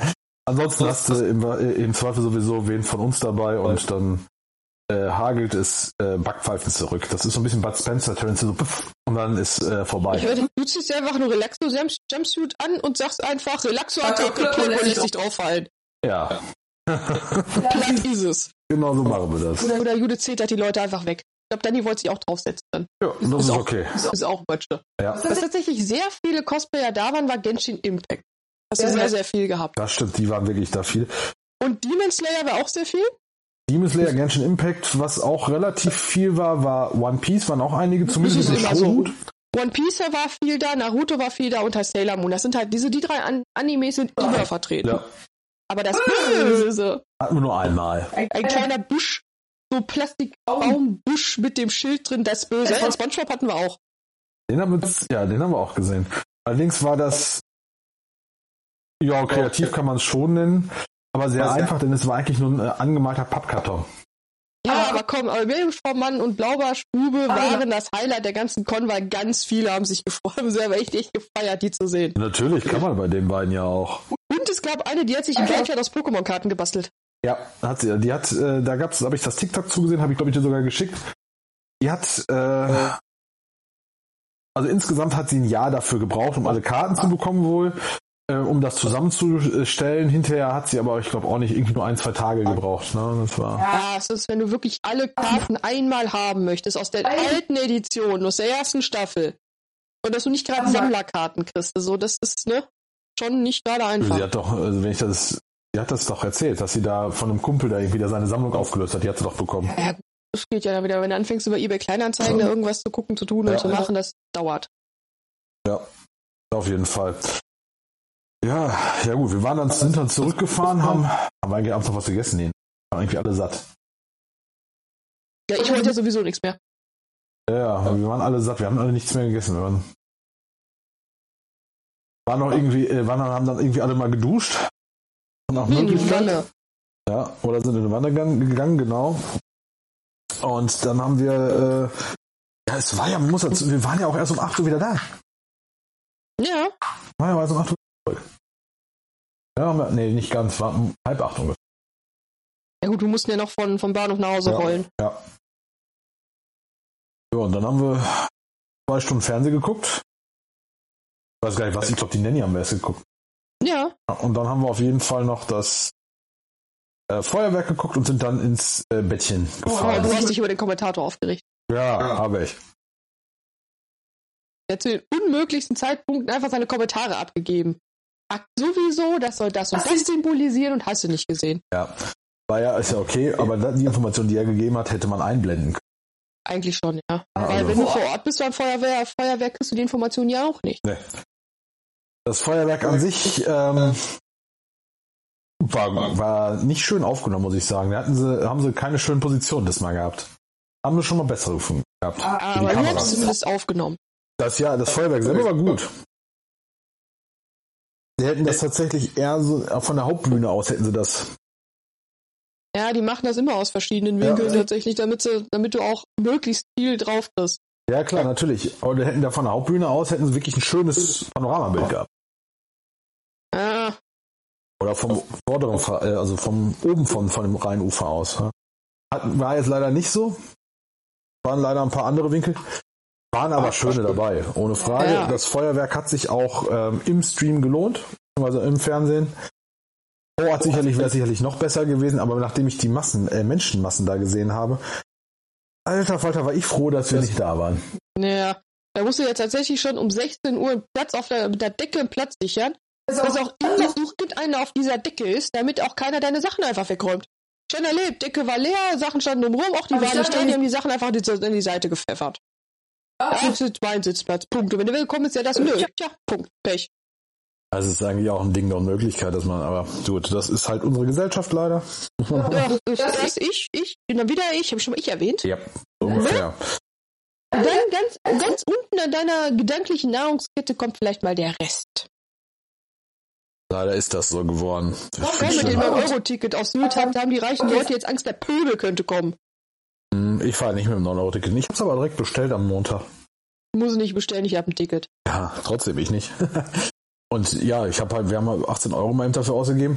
Ansonsten hast du im, im Zweifel sowieso wen von uns dabei und dann äh, hagelt es äh, Backpfeifen zurück. Das ist so ein bisschen Bud Spencer, Terence so puff, und dann ist äh, vorbei. Ich würde, du ziehst einfach nur Relaxo Jumpsuit an und sagst einfach Relaxo-Attacke, Plop und lässt sich drauf fallen. Ja. Platt ist es. Genau so machen wir das. Oder, oder Judith zetert die Leute einfach weg. Ich glaube, Danny wollte sich auch draufsetzen dann. Ja, das ist, ist auch, okay. Ist, ist auch Mötsche. Ja. Was tatsächlich sehr viele Cosplayer da waren, war Genshin Impact. Hast du ja, sehr, sehr viel gehabt. Das stimmt, die waren wirklich da viel. Und Demon Slayer war auch sehr viel? Demon Slayer, Genshin Impact, was auch relativ viel war, war One Piece, waren auch einige, zumindest immer so. Gut. One Piece war viel da, Naruto war viel da und halt Sailor Moon. Das sind halt, diese, die drei An- Animes sind immer vertreten. Ja. Aber das Böse. Hatten wir nur einmal. Ein, ein kleiner Busch, so Plastikbaumbusch mit dem Schild drin, das Böse. Von SpongeBob hatten wir auch. Den haben wir, ja, den haben wir auch gesehen. Allerdings war das, ja, kreativ kann man es schon nennen, aber sehr Was, einfach, ja? Denn es war eigentlich nur ein äh, angemalter Pappkarton. Ja, aber komm, Meerjungfrau-Mann und Blaubarschbube waren das Highlight der ganzen Con, weil ganz viele haben sich gefreut, haben sie aber echt, echt gefeiert, die zu sehen. Natürlich, kann man bei den beiden ja auch. Und es gab eine, die hat sich im Gleichheit aus Pokémon-Karten gebastelt. Ja, hat sie, die hat, äh, da gab's, da habe ich das TikTok zugesehen, habe ich glaube ich dir sogar geschickt. Die hat, äh, also insgesamt hat sie ein Jahr dafür gebraucht, um alle Karten zu bekommen wohl. Um das zusammenzustellen. Hinterher hat sie aber, ich glaube, auch nicht irgendwie nur ein, zwei Tage gebraucht. Ne? Das war ja, es ist, wenn du wirklich alle Karten einmal haben möchtest, aus der alten Edition, aus der ersten Staffel, und dass du nicht gerade Sammlerkarten kriegst. So, das ist ne schon nicht gerade einfach. Sie hat doch, also wenn ich das, sie hat das doch erzählt, dass sie da von einem Kumpel, der irgendwie da seine Sammlung aufgelöst hat, die hat sie doch bekommen. Ja, das geht ja dann wieder, wenn du anfängst über eBay Kleinanzeigen da irgendwas zu gucken, zu tun ja, und zu machen, das dauert. Ja, auf jeden Fall. Ja, ja gut, wir waren dann, sind dann zurückgefahren, haben, haben eigentlich abends noch was gegessen, nee, waren irgendwie alle satt. Ja, ich wollte ja sowieso nichts mehr. Ja, wir waren alle satt, wir haben alle nichts mehr gegessen. Wir waren, waren noch irgendwie, äh, waren, haben dann irgendwie alle mal geduscht. Und auch in die Wanne. Ja, oder sind in die Wanne gegangen, genau. Und dann haben wir, äh, ja, es war ja, man muss dazu, wir waren ja auch erst um acht Uhr wieder da. Ja. War ja erst um acht Uhr. Ja, nee, nicht ganz, war um halb acht ungefähr. Ja gut, wir mussten ja noch von, vom Bahnhof nach Hause ja, rollen. Ja. Ja, und dann haben wir zwei Stunden Fernsehen geguckt. Ich weiß gar nicht, was, ich glaube, die Nanny haben wir erst geguckt. Ja. Und dann haben wir auf jeden Fall noch das äh, Feuerwerk geguckt und sind dann ins äh, Bettchen gefahren. Oh, du hast dich über den Kommentator aufgeregt. Ja, ja. habe ich. Er hat zu den unmöglichsten Zeitpunkten einfach seine Kommentare abgegeben. Ach, sowieso, das soll das und das symbolisieren und hast du nicht gesehen. Ja, war ja, ist ja okay, aber die Information, die er gegeben hat, hätte man einblenden können. Eigentlich schon, ja. Also, weil wenn du vor Ort bist beim Feuerwehr, Feuerwerk kriegst du die Information ja auch nicht. Nee. Das Feuerwerk an sich ähm, war, war nicht schön aufgenommen, muss ich sagen. Da hatten sie, haben sie keine schönen Positionen das Mal gehabt. Haben sie schon mal bessere gehabt. Aber du hast zumindest aufgenommen. Das ja, das Feuerwerk selber war gut. Sie hätten das tatsächlich eher so von der Hauptbühne aus hätten sie das. Ja, die machen das immer aus verschiedenen Winkeln ja. tatsächlich, damit sie, damit du auch möglichst viel drauf kriegst. Ja klar, natürlich. Aber die hätten da von der Hauptbühne aus hätten sie wirklich ein schönes Panoramabild gehabt. Ja. Oder vom vorderen, also vom oben von, von dem Rheinufer aus. Hat, war jetzt leider nicht so. Waren leider ein paar andere Winkel. Waren aber schöne dabei, ohne Frage. Ja. Das Feuerwerk hat sich auch ähm, im Stream gelohnt, also im Fernsehen. Oh, hat sicherlich, wäre sicherlich noch besser gewesen, aber nachdem ich die Massen, äh, Menschenmassen da gesehen habe, alter Falter, war ich froh, dass wir nicht da waren. Ja, da musst du ja tatsächlich schon um sechzehn Uhr einen Platz auf der, mit der Decke einen Platz sichern, dass auch immer irgendeiner auf dieser Decke ist, damit auch keiner deine Sachen einfach wegräumt. Schon erlebt, Decke war leer, Sachen standen drumherum, auch die waren nicht stehen, die haben die Sachen einfach in die Seite gepfeffert. Das ist mein Sitzplatz, Punkt. Und wenn du willkommen ist ja das, nö, tja, Punkt, Pech. Also es ist eigentlich auch ein Ding der Unmöglichkeit, dass man, aber gut, das ist halt unsere Gesellschaft leider. Ja, das ist ich, ich, bin dann wieder ich, habe ich schon mal ich erwähnt. Ja, ungefähr. Und dann ganz, ganz unten an deiner gedanklichen Nahrungskette kommt vielleicht mal der Rest. Leider ist das so geworden. Wenn mit dem Euro-Ticket auf Sylt haben, da haben die reichen Leute jetzt Angst, der Pöbel könnte kommen. Ich fahre nicht mit dem neun Euro Ticket. Ich habe es aber direkt bestellt am Montag. Muss nicht bestellen, ich habe ein Ticket. Ja, trotzdem ich nicht. Und ja, ich habe halt, wir haben halt achtzehn Euro mal eben dafür ausgegeben.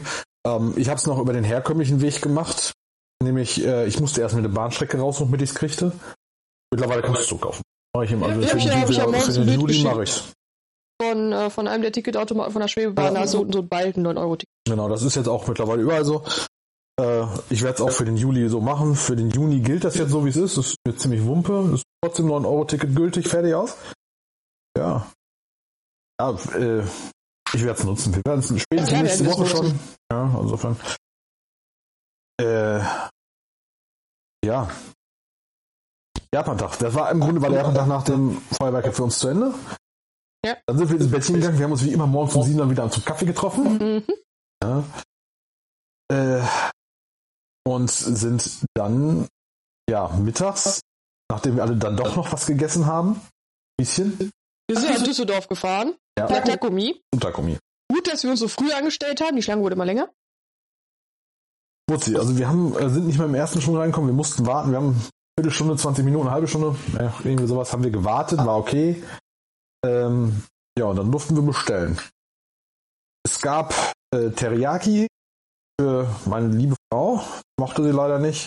Ähm, ich habe es noch über den herkömmlichen Weg gemacht. Nämlich, äh, ich musste erst mal eine Bahnstrecke raussuchen, damit ich es kriegte. Mittlerweile kannst du es zukaufen. Mach ich ihm also Ja, für ich den hab Juli, ja morgens für den ein Bild Juli mache geschickt. ich's. Von, äh, von einem der Ticketautomaten von der Schwebebahn, da hast du unten so ein Balken, neun Euro Ticket. Genau, das ist jetzt auch mittlerweile überall so. Äh, ich werde es auch für den Juli so machen. Für den Juni gilt das jetzt so, wie es ist. Das ist mir ziemlich Wumpe. Das ist trotzdem neun Euro Ticket gültig, fertig aus. Ja. Ja, äh, ich werde es nutzen. Wir werden es spätestens Ja, nächste werden Woche wir's schon. Ja, also insofern. Äh, ja. Japan-Tag. Das war im Grunde war der Japan-Tag nach dem Feuerwerk für uns zu Ende. Ja. Dann sind wir ins Bettchen gegangen. Wir haben uns wie immer morgens um sieben dann wieder zum Kaffee getroffen. Mhm. Ja. Äh, und sind dann, ja, mittags, nachdem wir alle dann doch noch was gegessen haben, ein bisschen. Wir sind nach Düsseldorf gefahren, Ja. nach Takumi. Und Takumi. Gut, dass wir uns so früh angestellt haben, die Schlange wurde immer länger. Wutzi, also wir haben, äh, sind nicht mehr im ersten Schwung reingekommen, wir mussten warten, wir haben eine Viertelstunde, zwanzig Minuten, eine halbe Stunde, ja, irgendwie sowas haben wir gewartet, war okay. Ähm, ja, und dann durften wir bestellen. Es gab äh, Teriyaki für meine liebe Frau, mochte sie leider nicht.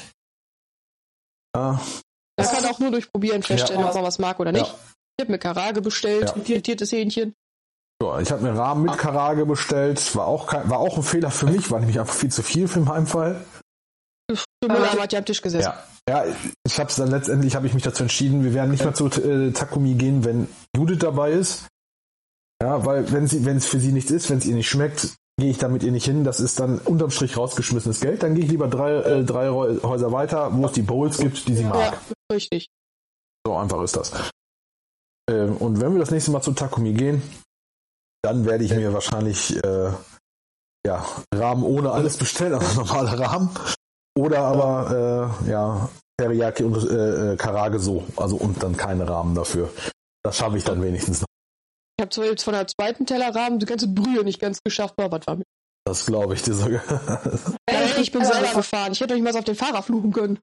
Ja, Man kann auch nur durch Probieren feststellen, Ja. ob man was mag oder nicht. Ja. Ich habe mir Karage bestellt, Ja. frittiertes Hähnchen. ja, ich habe mir Rahmen mit Karage bestellt, war auch, kein, war auch ein Fehler für mich, war nämlich einfach viel zu viel für meinen Fall. Müller hat ja am Tisch gesessen. Ja, ja, ich habe es dann letztendlich, habe ich mich dazu entschieden, wir werden nicht mehr zu äh, Takumi gehen, wenn Judith dabei ist. Ja, weil wenn sie, wenn es für sie nichts ist, wenn es ihr nicht schmeckt, gehe ich da mit ihr nicht hin. Das ist dann unterm Strich rausgeschmissenes Geld. Dann gehe ich lieber drei, äh, drei Häuser weiter, wo es die Bowls gibt, die sie mag. Ja, richtig. So einfach ist das. Ähm, und wenn wir das nächste Mal zu Takumi gehen, dann werde ich mir wahrscheinlich äh, ja, Rahmen ohne alles bestellen, also normale Rahmen. Oder aber äh, ja, Teriyaki und äh, Karage so, also und dann keine Rahmen dafür. Das schaffe ich dann wenigstens noch. Ich habe zwar jetzt von der zweiten Tellerrahmen die ganze Brühe nicht ganz geschafft, aber was war mit? Das glaube ich dir sogar. Hey, ich bin selber gefahren. Ich hätte euch mal auf den Fahrer fluchen können.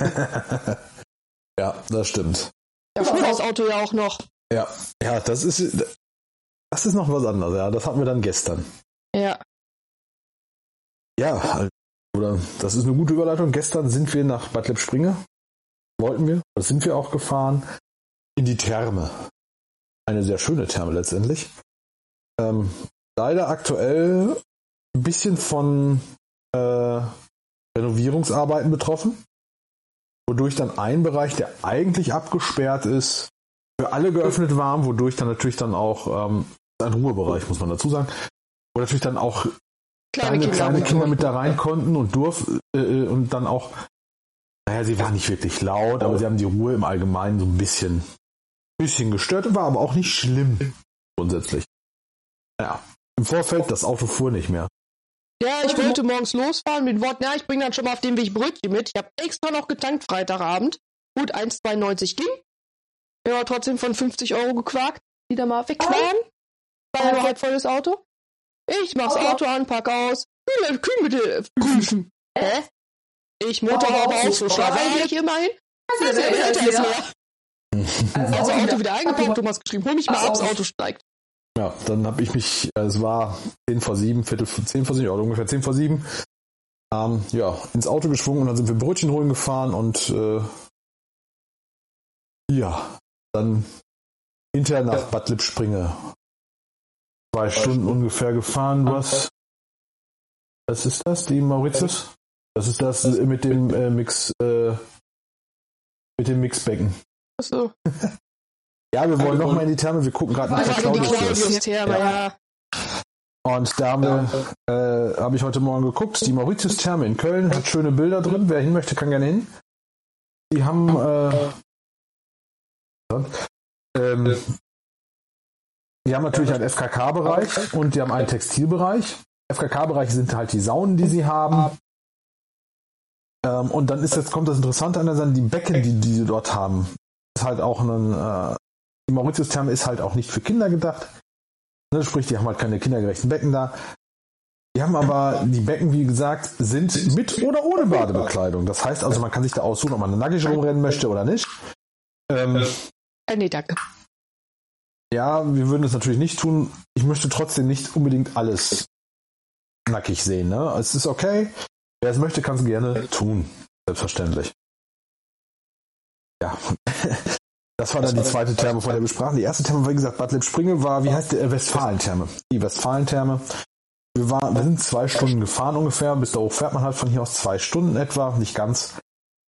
Ja, das stimmt. Da fuhr das Auto ja auch noch. Ja, ja, das ist das ist noch was anderes. Ja, das hatten wir dann gestern. Ja. Ja, oder das ist eine gute Überleitung. Gestern sind wir nach Bad Lippspringe. Wollten wir, das sind wir auch gefahren, in die Therme. Eine sehr schöne Therme letztendlich. Ähm, leider aktuell ein bisschen von äh, Renovierungsarbeiten betroffen, wodurch dann ein Bereich, der eigentlich abgesperrt ist, für alle geöffnet war, wodurch dann natürlich dann auch ähm, ein Ruhebereich, muss man dazu sagen, wo natürlich dann auch Kleine, kleine, Kinder, kleine Kinder mit da rein konnten und durften äh, und dann auch, naja, sie waren nicht wirklich laut, aber sie haben die Ruhe im Allgemeinen so ein bisschen, bisschen gestört, war aber auch nicht schlimm grundsätzlich. Ja, im Vorfeld, das Auto fuhr nicht mehr. Ja, ich wollte morgens losfahren mit den Worten, ja, ich bringe dann schon mal auf dem Weg Brötchen mit. Ich habe extra noch getankt Freitagabend. Gut, eins Komma zweiundneunzig ging. Ja, trotzdem von fünfzig Euro gequakt, die da mal weg waren. War ja nur halb volles Auto. Ich mach's Auto an, pack aus. Kühl, Kühlmittel prüfen. Hä? Ich Motorhaube ausgeschlafen. Eigentlich immerhin. Der Behälter ist leer. Also Auto wieder eingepackt, Thomas geschrieben, hol mich mal ab, das Auto steigt. Ja, dann habe ich mich, es war zehn vor sieben, Viertel vor zehn vor sieben, oder ungefähr zehn vor sieben, ähm, ja, ins Auto geschwungen und dann sind wir Brötchen holen gefahren und äh, ja, dann hinterher nach Bad Lippspringe. Zwei Stunden ungefähr gefahren. Du hast, was ist das, die Mauritius? Das ist das mit dem äh, Mix, äh, mit dem Mixbecken. Achso. Ja, wir wollen noch mal in die Therme, wir gucken gerade nach der Also die Claudius. Claudius-Therme, ja. Und da habe äh, hab ich heute Morgen geguckt, die Mauritius-Therme in Köln hat schöne Bilder drin, wer hin möchte, kann gerne hin. Die haben äh, ähm, die haben natürlich einen F K K-Bereich und die haben einen Textilbereich. F K K-Bereich sind halt die Saunen, die sie haben. Ähm, und dann ist jetzt, kommt das Interessante an der Seite, die Becken, die, die sie dort haben, ist halt auch ein, äh, die Mauritius-Therme ist halt auch nicht für Kinder gedacht. Ne, sprich, die haben halt keine kindergerechten Becken da. Die haben aber, die Becken, wie gesagt, sind mit oder ohne Badebekleidung. Das heißt also, man kann sich da aussuchen, ob man nackig rumrennen möchte oder nicht. Ähm, Äh, nee, danke. ja, wir würden es natürlich nicht tun. Ich möchte trotzdem nicht unbedingt alles nackig sehen. Ne? Es ist okay. Wer es möchte, kann es gerne tun. Selbstverständlich. Ja. Das war dann die zweite Therme, von der wir sprachen. Die erste Therme, wie gesagt, Bad Lippspringe war, wie heißt die, Westfalen-Therme. Die Westfalen-Therme. Wir, waren, wir sind zwei Stunden gefahren ungefähr. Bis da hoch fährt man halt von hier aus zwei Stunden etwa. Nicht ganz.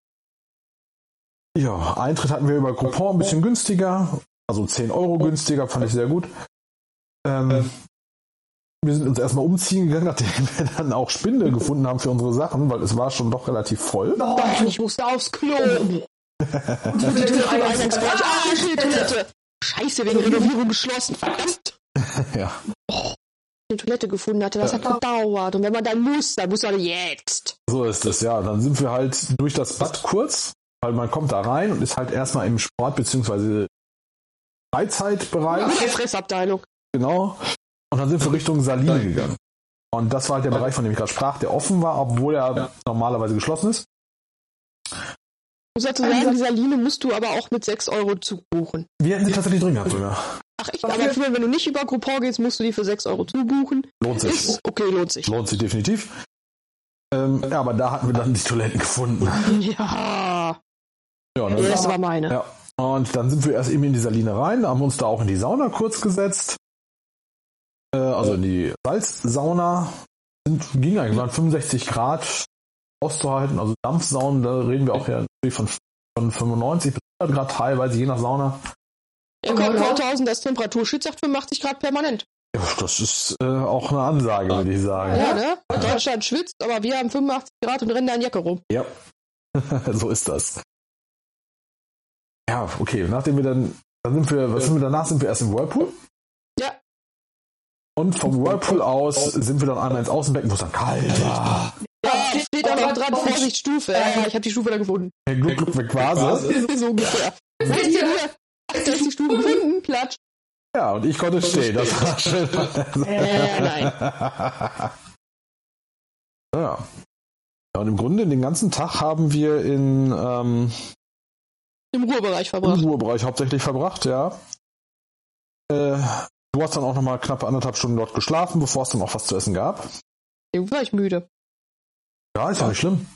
Ja, Eintritt hatten wir über Groupon ein bisschen günstiger. Also zehn Euro günstiger, fand ich sehr gut. Ähm, wir sind uns erstmal umziehen gegangen, nachdem wir dann auch Spinde gefunden haben für unsere Sachen, weil es war schon doch relativ voll. Oh, ich musste aufs Klo. Die Toilette, Eingangsbereich. Ah, die Toilette. Scheiße, wegen Renovierung geschlossen. Verdammt. Ja. Oh, die Toilette gefunden hatte, das hat gedauert. Und wenn man dann muss, dann muss man jetzt. So ist es, ja. Dann sind wir halt durch das Bad kurz, weil man kommt da rein und ist halt erstmal im Sport- bzw. Freizeitbereich. Fressabteilung. Genau. Und dann sind wir Richtung Saline gegangen. Und das war halt der Bereich, von dem ich gerade sprach, der offen war, obwohl er normalerweise geschlossen ist. Ich muss dazu sagen, die Saline musst du aber auch mit sechs Euro zubuchen. Wir hätten sie tatsächlich drin gehabt sogar. Ach echt? Aber für, wenn du nicht über Groupon gehst, musst du die für sechs Euro zubuchen. Lohnt sich. Ist, okay, lohnt sich. Lohnt sich definitiv. Ähm, ja, aber da hatten wir dann die Toiletten gefunden. Ja. Ja, ne? Das war meine. Ja. Und dann sind wir erst eben in die Saline rein, haben uns da auch in die Sauna kurz gesetzt. Äh, also in die Salzsauna. Sind, ging eigentlich, waren fünfundsechzig Grad auszuhalten. Also Dampfsaunen, da reden wir auch ja von, von fünfundneunzig bis hundert Grad teilweise, je nach Sauna. Ja, Nordhausen, das Temperaturschutz sagt fünfundachtzig Grad permanent. Ja, das ist äh, auch eine Ansage, würde ich sagen. Ja, ne? Deutschland schwitzt, aber wir haben fünfundachtzig Grad und rennen da in Jacke rum. Ja, so ist das. Ja, okay, nachdem wir dann, dann sind wir, was sind wir danach, sind wir erst im Whirlpool. Ja. Und vom Whirlpool aus sind wir dann einmal ins Außenbecken, wo es dann kalt war. Ja, steht auch noch dran, Vorsicht, Stufe. Ja, ja, ich habe die Stufe da gefunden. Hey, Gluck, Gluck, weg war sie. So ungefähr. Wo ist die hier? Ach, da ist die Stufe gefunden, Platsch. Ja, und ich konnte stehen, das war schön. Äh, nein. Ja. Ja, und im Grunde den ganzen Tag haben wir in ähm, im Ruhebereich verbracht. Im Ruhebereich hauptsächlich verbracht, ja. Äh, du hast dann auch nochmal knappe anderthalb Stunden dort geschlafen, bevor es dann auch was zu essen gab. Irgendwie war ich müde. Ja, ist ja nicht schlimm.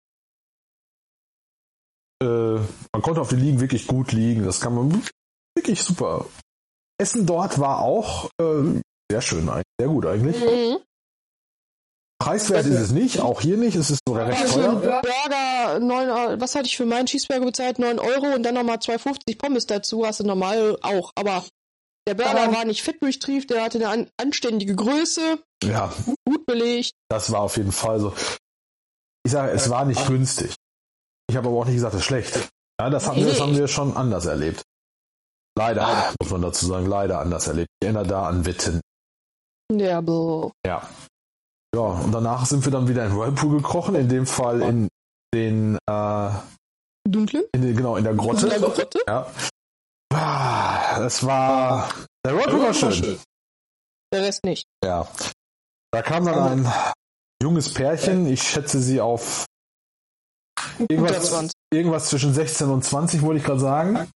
Äh, man konnte auf den Liegen wirklich gut liegen. Das kann man wirklich super. Essen dort war auch äh, sehr schön, eigentlich. Sehr gut eigentlich. Mhm. Preiswert ist es nicht, auch hier nicht. Es ist sogar recht Also teuer. Burger, neun, was hatte ich für meinen Cheeseburger bezahlt? neun Euro und dann nochmal zwei fünfzig Pommes dazu. Hast du normal auch. Aber der Burger war nicht fett durchtrieft, der hatte eine an, anständige Größe. Ja. Gut belegt. Das war auf jeden Fall so. Ich sage, es war nicht günstig. Ich habe aber auch nicht gesagt, es ist schlecht. Ja, das haben, wir, das haben wir schon anders erlebt. Leider, muss man dazu sagen, leider anders erlebt. Ich erinnere da an Witten. Ja, boah. Ja. Ja, und danach sind wir dann wieder in den Whirlpool gekrochen, in dem Fall in den äh, Dunklen? In den, genau, in der Grotte. In der Grotte? Ja. Das war. Der Whirlpool war schön. Der Rest nicht. Ja. Da kam dann ein junges Pärchen, ich schätze sie auf irgendwas, irgendwas zwischen sechzehn und zwanzig, wollte ich gerade sagen.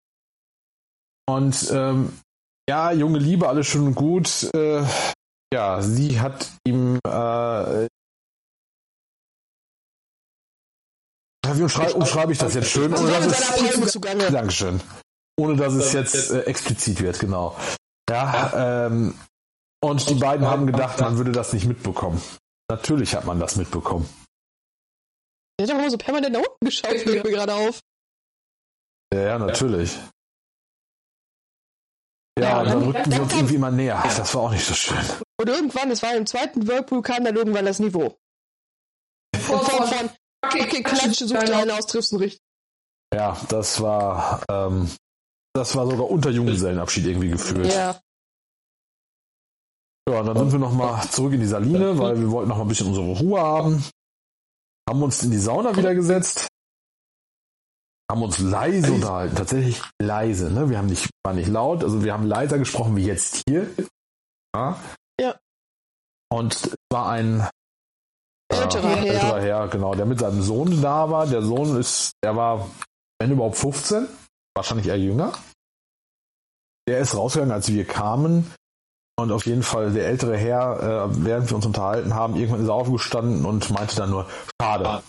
Und ähm, ja, junge Liebe, alles schön und gut. Äh, ja, sie hat ihm äh, wie umschreibe, umschreibe ich das jetzt schön? Ohne dass es, Dankeschön. Ohne dass es jetzt äh, explizit wird, genau. Ja, ähm, und die beiden haben gedacht, man würde das nicht mitbekommen. Natürlich hat man das mitbekommen. Der hat doch immer so permanent nach unten geschaut, fällt mir gerade auf. Ja, ja, natürlich. Ja, ja, und dann rückten sie uns irgendwie immer näher. Das war auch nicht so schön. Und irgendwann, es war im zweiten Whirlpool, kam dann irgendwann das Niveau. Von, von, von okay, Klatsche, such deinen aus, triffst du richtig. Ja, das war, ähm, das war sogar unter Junggesellenabschied irgendwie gefühlt. Ja. Ja, und dann sind wir nochmal zurück in die Saline, weil wir wollten noch mal ein bisschen unsere Ruhe haben. Haben uns in die Sauna wieder gesetzt. Haben uns leise unterhalten, tatsächlich leise. Ne? Wir haben nicht, war nicht laut, also wir haben leiser gesprochen wie jetzt hier. Ja. Ja. Und es war ein älterer, äh, älterer Herr, genau, der mit seinem Sohn da war. Der Sohn ist, der war, wenn überhaupt fünfzehn, wahrscheinlich eher jünger. Der ist rausgegangen, als wir kamen. Und auf jeden Fall der ältere Herr, äh, während wir uns unterhalten haben, irgendwann ist er aufgestanden und meinte dann nur, schade.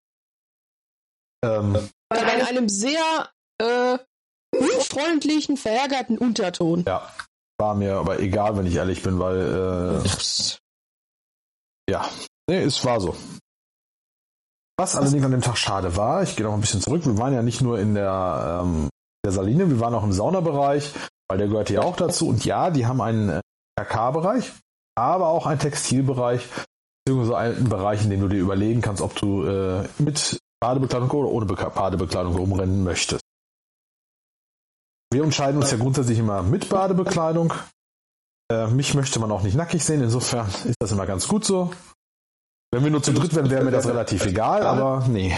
Ähm, Aber in einem sehr äh, unfreundlichen, verärgerten Unterton. Ja, war mir aber egal, wenn ich ehrlich bin, weil äh, ja, nee, es war so. Was allerdings an dem Tag schade war, ich gehe noch ein bisschen zurück, wir waren ja nicht nur in der, ähm, der Saline, wir waren auch im Saunabereich, weil der gehört ja auch dazu. Und ja, die haben einen K K-Bereich, aber auch einen Textilbereich, beziehungsweise einen Bereich, in dem du dir überlegen kannst, ob du äh, mit Badebekleidung oder ohne Be- Badebekleidung rumrennen möchtest. Wir entscheiden uns ja grundsätzlich immer mit Badebekleidung. Äh, mich möchte man auch nicht nackig sehen, insofern ist das immer ganz gut so. Wenn wir nur zu dritt wären, wäre mir das relativ egal, aber nee.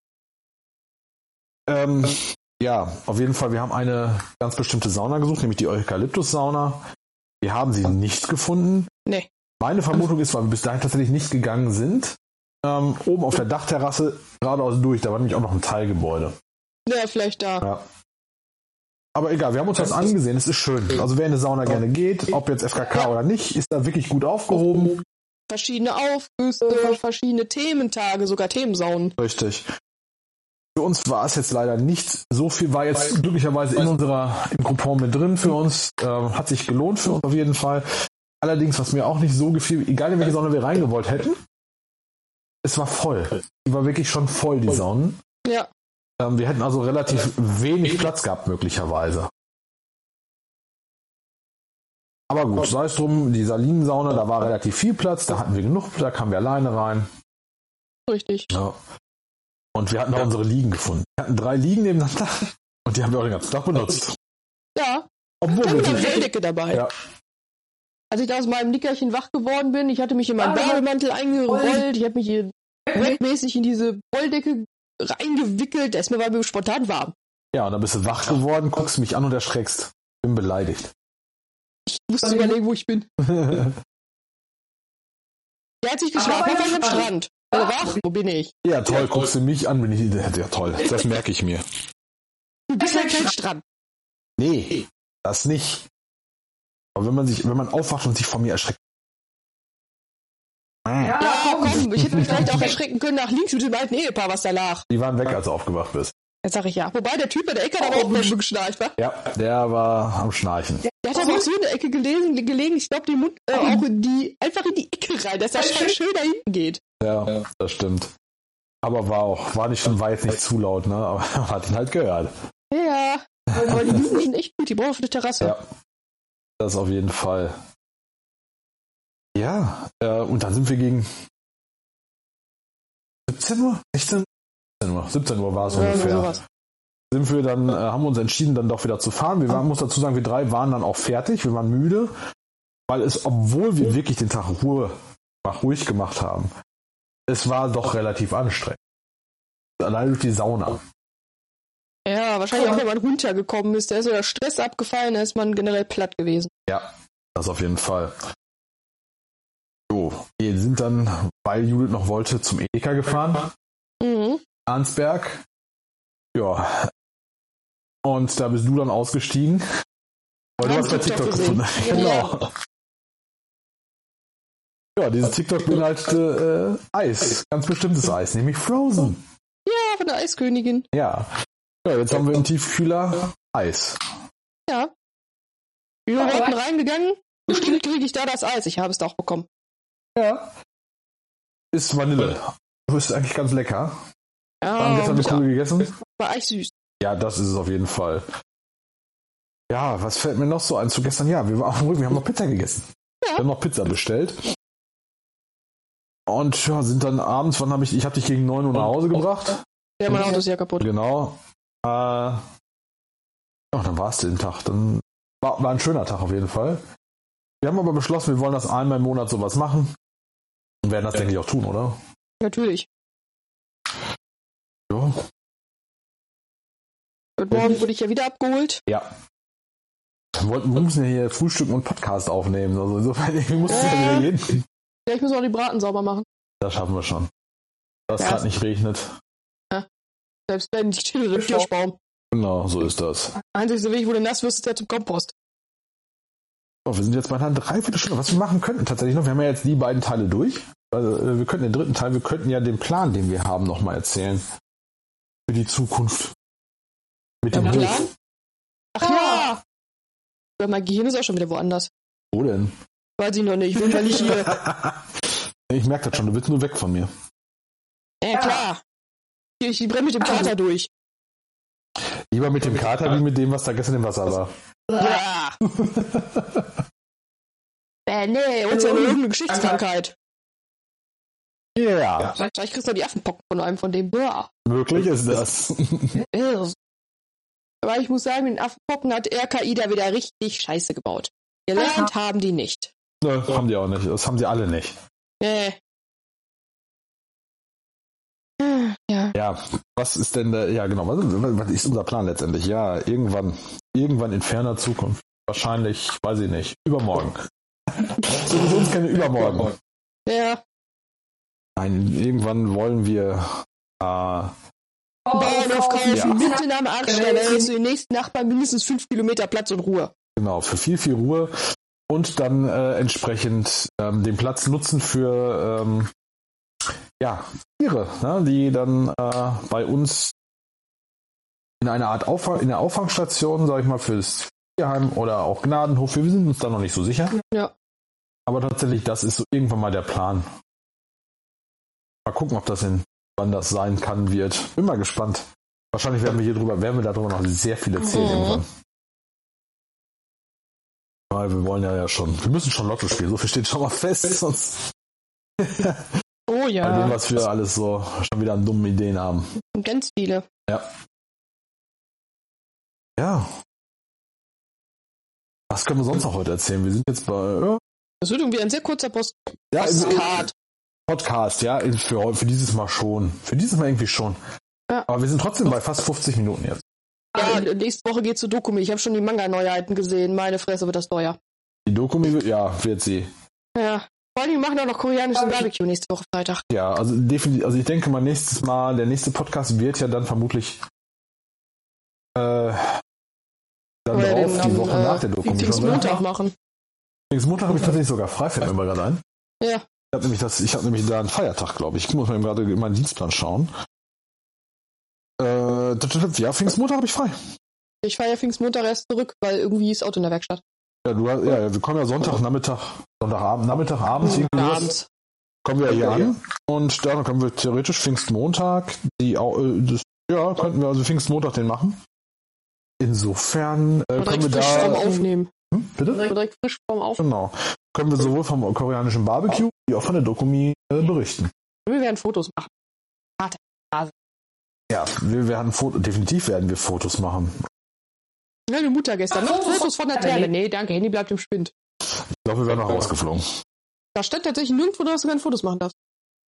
Ähm, ja, auf jeden Fall, wir haben eine ganz bestimmte Sauna gesucht, nämlich die Eukalyptus-Sauna. Wir haben sie nicht gefunden. Nee. Meine Vermutung ist, weil wir bis dahin tatsächlich nicht gegangen sind, ähm, oben auf der Dachterrasse geradeaus durch, da war nämlich auch noch ein Teilgebäude. Ja, vielleicht da. Ja. Aber egal, wir haben uns das angesehen, es ist schön. Also wer in eine Sauna gerne geht, ob jetzt F K K oder nicht, ist da wirklich gut aufgehoben. Verschiedene Aufgüsse, verschiedene Thementage, sogar Themensaunen. Richtig. Für uns war es jetzt leider nicht so viel, war jetzt glücklicherweise in unserer, im Coupon mit drin für uns, ähm, hat sich gelohnt für uns auf jeden Fall. Allerdings, was mir auch nicht so gefiel, egal in welche Sauna wir reingewollt hätten, es war voll. Die war wirklich schon voll, die Saunen. Ja. Ähm, wir hätten also relativ wenig Platz gehabt, möglicherweise. Aber gut, sei es drum, die Salinensauna, da war relativ viel Platz, da hatten wir genug, da kamen wir alleine rein. Richtig. Ja. Und wir hatten auch unsere Liegen gefunden. Wir hatten drei Liegen nebeneinander und die haben wir auch den ganzen Tag benutzt. Ja. Obwohl Ich wir hatte eine die, Wolldecke dabei. ja, Als ich da aus meinem Nickerchen wach geworden bin, ich hatte mich in meinen Bademantel eingerollt, ich habe mich hier webmäßig in diese Wolldecke reingewickelt, da ist mir war mir spontan warm. ja, und dann bist du wach geworden, guckst mich an und erschreckst. Bin beleidigt. Ich musste überlegen, wo ich bin. Ja, als ich geschlafen habe, war ich am Strand. Also wach, wo bin ich? Ja, toll, guckst du mich an, bin ich. Ja, toll, das merke ich mir. Du bist halt kein Strand. Nee, das nicht. Aber wenn man sich, wenn man aufwacht und sich vor mir erschreckt. Ja, komm, komm, ich hätte mich vielleicht auch erschrecken können nach links mit dem alten Ehepaar, was da lag. Die waren weg, als du aufgewacht bist. Jetzt sag ich ja. Wobei der Typ bei der Ecke hat aber auch nicht geschnarcht, wa? Ja, der war am Schnarchen. Der hat aber auch so in der Ecke gelegen, gelegen ich glaube, den Mund äh, auch in die, einfach in die Ecke rein, dass er schön, schön da hinten geht. Ja, das stimmt. Aber war auch, war nicht schon, war jetzt nicht zu laut, ne? Aber man hat ihn halt gehört. Ja, aber die Liegen sind echt gut, die brauchen auf der Terrasse. Ja, das auf jeden Fall. Ja, äh, und dann sind wir gegen siebzehn Uhr? sechzehn Uhr? siebzehn Uhr war es Ja, ungefähr. sowas. Sind wir dann, äh, haben wir uns entschieden, dann doch wieder zu fahren. Wir waren, muss dazu sagen, wir drei waren dann auch fertig, wir waren müde, weil es, obwohl wir wirklich den Tag Ruhe, ruhig gemacht haben, es war doch relativ anstrengend. Allein durch die Sauna. Ja, wahrscheinlich auch, wenn man runtergekommen ist, da ist so der Stress abgefallen, da ist man generell platt gewesen. Ja, das auf jeden Fall. So, wir sind dann, weil Judith noch wollte, zum Edeka gefahren. Mhm. Arnsberg. Ja. Und da bist du dann ausgestiegen. Weil du Hab hast bei TikTok TikTok gesehen. gefunden. Genau. Ja, dieses TikTok beinhaltete äh, Eis. Ganz bestimmtes Eis, nämlich Frozen. Ja, von der Eiskönigin. Ja. Ja, jetzt haben wir im Tiefkühler Eis. Ja. Wir sind unten reingegangen, bestimmt kriege ich da das Eis. Ich habe es da auch bekommen. Ja. Ist Vanille. Das ist eigentlich ganz lecker. Ja, Wir haben gestern eine ja. Kugel gegessen. War echt süß. Ja, das ist es auf jeden Fall. Ja, was fällt mir noch so ein zu gestern? Ja, wir waren ruhig, wir haben noch Pizza gegessen. Ja. Wir haben noch Pizza bestellt. Und ja, sind dann abends, wann habe ich, ich habe dich gegen neun Uhr nach Hause gebracht. Ja, mein Auto ist ja kaputt. Genau. Äh, ja, dann war es den Tag. Dann war, war ein schöner Tag auf jeden Fall. Wir haben aber beschlossen, wir wollen das einmal im Monat sowas machen. Und werden das, denke ich, auch tun, oder? Natürlich. Ja. Heute Morgen wurde ich ja wieder abgeholt. Ja. Wir, wollten, wir müssen ja hier frühstücken und Podcast aufnehmen. Also insofern, wir mussten Ja. ja wieder gehen. Ja, ich muss auch die Braten sauber machen. Das schaffen wir schon. Dass es Ja. gerade nicht regnet. Selbst wenn ich stehe im Kirschbaum. Genau, so ist das. Einzigste Weg, wo du nass wirst, ist der zum Kompost. Oh, wir sind jetzt bei einer Dreiviertelstunde. Was wir machen könnten tatsächlich noch, wir haben ja jetzt die beiden Teile durch. Also, wir könnten den dritten Teil, wir könnten ja den Plan, den wir haben, nochmal erzählen. Für die Zukunft. Mit dem Plan? Ach ja! ja. Mein Gehirn ist auch schon wieder woanders. Wo denn? Weiß ich noch nicht, ich bin ja nicht hier. Ich merke das schon, du willst nur weg von mir. Ja, klar. Ich, ich brenne mit dem Kater durch. Lieber mit dem Kater wie mit dem, was da gestern im Wasser war. Ja. äh, nee, uns ja nur irgendeine Geschichtskrankheit. Ja. Yeah. Vielleicht kriegst du die Affenpocken von einem von dem. Boah. Möglich ist das. Aber ich muss sagen, mit den Affenpocken hat R K I da wieder richtig Scheiße gebaut. Gelernt haben die nicht. Ne, haben die auch nicht. Das haben sie alle nicht. Nee. Ja. Ja, was ist denn der, ja genau, was, was ist unser Plan letztendlich? Ja, irgendwann, irgendwann in ferner Zukunft. Wahrscheinlich, weiß ich nicht, übermorgen. Sowieso uns keine übermorgen. Ja. Nein, irgendwann wollen wir äh, Bauernhof kaufen, ja. Mitten am Arsch, da hast du den nächsten Nachbarn mindestens fünf Kilometer Platz und Ruhe. Genau, für viel, viel Ruhe und dann äh, entsprechend ähm, den Platz nutzen für ähm, ja, Tiere, ne, die dann äh, bei uns in einer Art Auffang, in der Auffangstation, sag ich mal, fürs Tierheim oder auch Gnadenhof, wir sind uns da noch nicht so sicher. Ja. Aber tatsächlich, das ist so irgendwann mal der Plan. Mal gucken, ob das in wann das sein kann, wird. Bin mal gespannt. Wahrscheinlich werden wir hier drüber, werden wir darüber noch sehr viel erzählen mhm. irgendwann. Weil wir wollen ja, ja schon, wir müssen schon Lotto spielen, so viel steht schon mal fest, sonst. Oh ja. Bei dem, was wir alles so schon wieder an dummen Ideen haben. Ganz viele. Ja. Ja. Was können wir sonst noch heute erzählen? Wir sind jetzt bei. Ja. Das wird irgendwie ein sehr kurzer Post ja, Postcard. Podcast, ja, für, für dieses Mal schon. Für dieses Mal irgendwie schon. Ja. Aber wir sind trotzdem bei fast fünfzig Minuten jetzt. Ja, nächste Woche geht's zu Dokumi. Ich habe schon die Manga-Neuheiten gesehen. Meine Fresse, wird das teuer. Die Dokumi wird, ja, wird sie. Ja. Vor allem, wir machen auch noch koreanisches Barbecue nächste Woche Freitag. Ja, also definitiv, also ich denke mal, nächstes Mal, der nächste Podcast wird ja dann vermutlich äh, dann Oder drauf, den, die Woche äh, nach der Dokumi. Pfingstmontag machen. Pfingstmontag habe ich tatsächlich sogar frei, fällt mir gerade ein. Ja. Ich habe nämlich, das, ich hab nämlich da einen Feiertag, glaube ich. Ich muss mal eben gerade in meinen Dienstplan schauen. Äh, ja, Pfingstmontag habe ich frei. Ich fahre ja Pfingstmontag erst zurück, weil irgendwie ist Auto in der Werkstatt. Ja, du, ja, wir kommen ja Sonntagnachmittag, Sonntagabend, Nachmittagabend, ja, abends. Kommen wir hier an und dann können wir theoretisch Pfingstmontag, die, das, ja, könnten wir also Pfingstmontag den machen. Insofern äh, können wir frisch da vorm Aufnehmen. Hm, bitte? Direkt frisch vorm Aufnehmen. Genau. Können wir sowohl vom koreanischen Barbecue wie auch von der Dokumi äh, berichten. Wir werden Fotos machen. Ja, wir werden Foto, definitiv werden wir Fotos machen. Meine Mutter gestern noch Fotos von der Therme. Nee, danke, Handy bleibt im Spind. Ich glaube, wir werden noch rausgeflogen. Da stand tatsächlich nirgendwo, dass du keine Fotos machen darfst.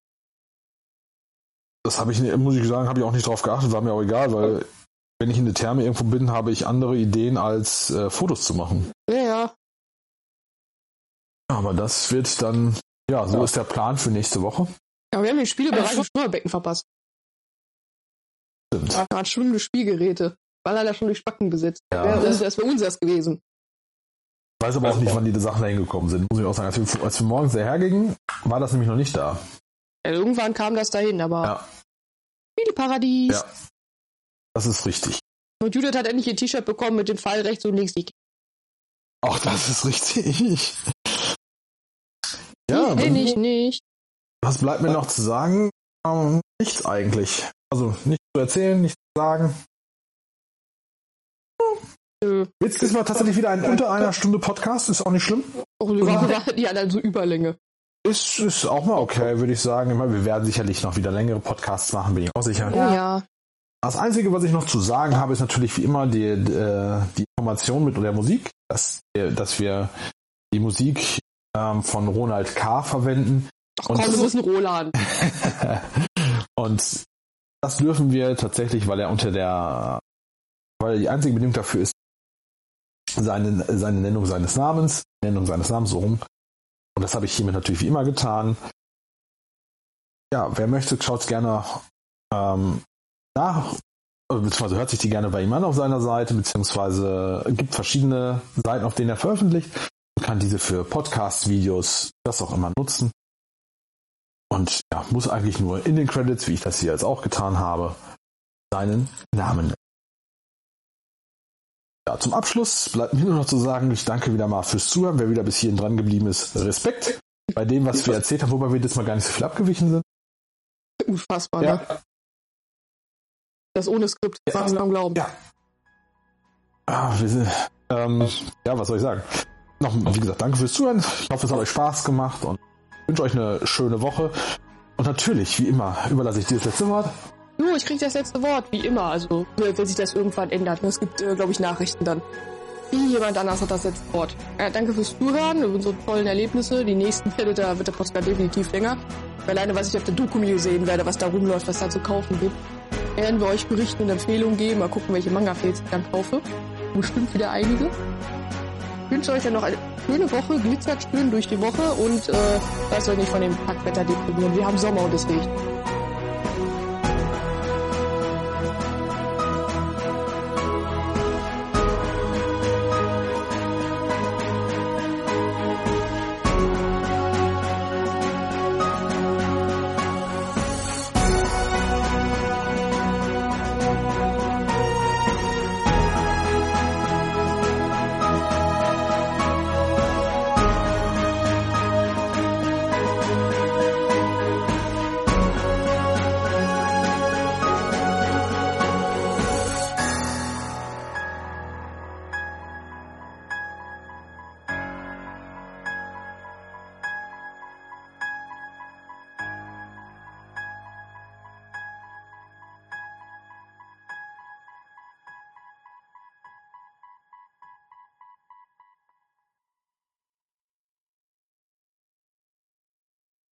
Das habe ich, muss ich sagen, habe ich auch nicht drauf geachtet, war mir auch egal, weil wenn ich in der Therme irgendwo bin, habe ich andere Ideen, als äh, Fotos zu machen. Ja, ja. Aber das wird dann, ja, so ja. ist der Plan für nächste Woche. Ja, wir haben den Spielebereich im Schwimmerbecken verpasst. Stimmt. Da waren schwimmende Spielgeräte. War leider schon durch Spacken besetzt. Ja. Das wäre unseres gewesen. Ich weiß aber auch nicht, wann die Sachen da hingekommen sind. Muss ich auch sagen. Als wir, als wir morgens dahergingen, war das nämlich noch nicht da. Ja, irgendwann kam das dahin, aber ja. Spieleparadies. Ja. Das ist richtig. Und Judith hat endlich ihr T-Shirt bekommen mit dem Pfeil rechts und links. Ach, das ist richtig. Ja, nee, nicht, nicht. Was bleibt mir noch zu sagen? Ähm, nichts eigentlich. Also nichts zu erzählen, nichts zu sagen. Nö. Jetzt ist mal tatsächlich wieder ein unter einer Stunde Podcast, ist auch nicht schlimm. Oh, wir waren die anderen so Überlänge. Ist, ist auch mal okay, würde ich sagen. Wir werden sicherlich noch wieder längere Podcasts machen, bin ich auch sicher. Ja. ja. Das Einzige, was ich noch zu sagen habe, ist natürlich wie immer die, die, die Information mit der Musik, dass, dass wir die Musik ähm, von Ronald K. verwenden. Ach komm, das ist ein Roland. Und das dürfen wir tatsächlich, weil er unter der, weil die einzige Bedingung dafür ist, seine, seine Nennung seines Namens, Nennung seines Namens so rum. Und das habe ich hiermit natürlich wie immer getan. Ja, wer möchte, schaut es gerne ähm, nach, beziehungsweise hört sich die gerne bei ihm an auf seiner Seite, beziehungsweise gibt verschiedene Seiten, auf denen er veröffentlicht. Man kann diese für Podcasts, Videos, das auch immer nutzen. Und ja, muss eigentlich nur in den Credits, wie ich das hier jetzt auch getan habe, seinen Namen nennen. Ja, zum Abschluss bleibt mir nur noch zu sagen, ich danke wieder mal fürs Zuhören. Wer wieder bis hierhin dran geblieben ist, Respekt bei dem, was wir erzählt haben, wobei wir das mal gar nicht so viel abgewichen sind. Unfassbar, Ja. ne? Das ohne Skript, Ja. was wir am Glauben. Ja. Ah, wir sind, ähm, ja, was soll ich sagen? Noch, wie gesagt, danke fürs Zuhören. Ich hoffe, es hat euch Spaß gemacht und wünsche euch eine schöne Woche. Und natürlich, wie immer, überlasse ich dir das letzte Wort. Du, ich krieg das letzte Wort, wie immer. Also, wenn sich das irgendwann ändert. Es gibt, äh, glaube ich, Nachrichten dann. Wie jemand anders hat das letzte Wort. Ja, danke fürs Zuhören, unsere tollen Erlebnisse. Die nächsten Fälle, da wird der Podcast definitiv länger. Alleine, was ich auf der Doku sehen werde, was da rumläuft, was da zu kaufen gibt, werden wir euch berichten und Empfehlungen geben. Mal gucken, welche Manga-Fails ich dann kaufe. Bestimmt wieder einige. Ich wünsche euch dann noch eine schöne Woche, glitzert schön durch die Woche und äh, lasst euch nicht von dem Packwetter deprimieren. Wir haben Sommer und es riecht.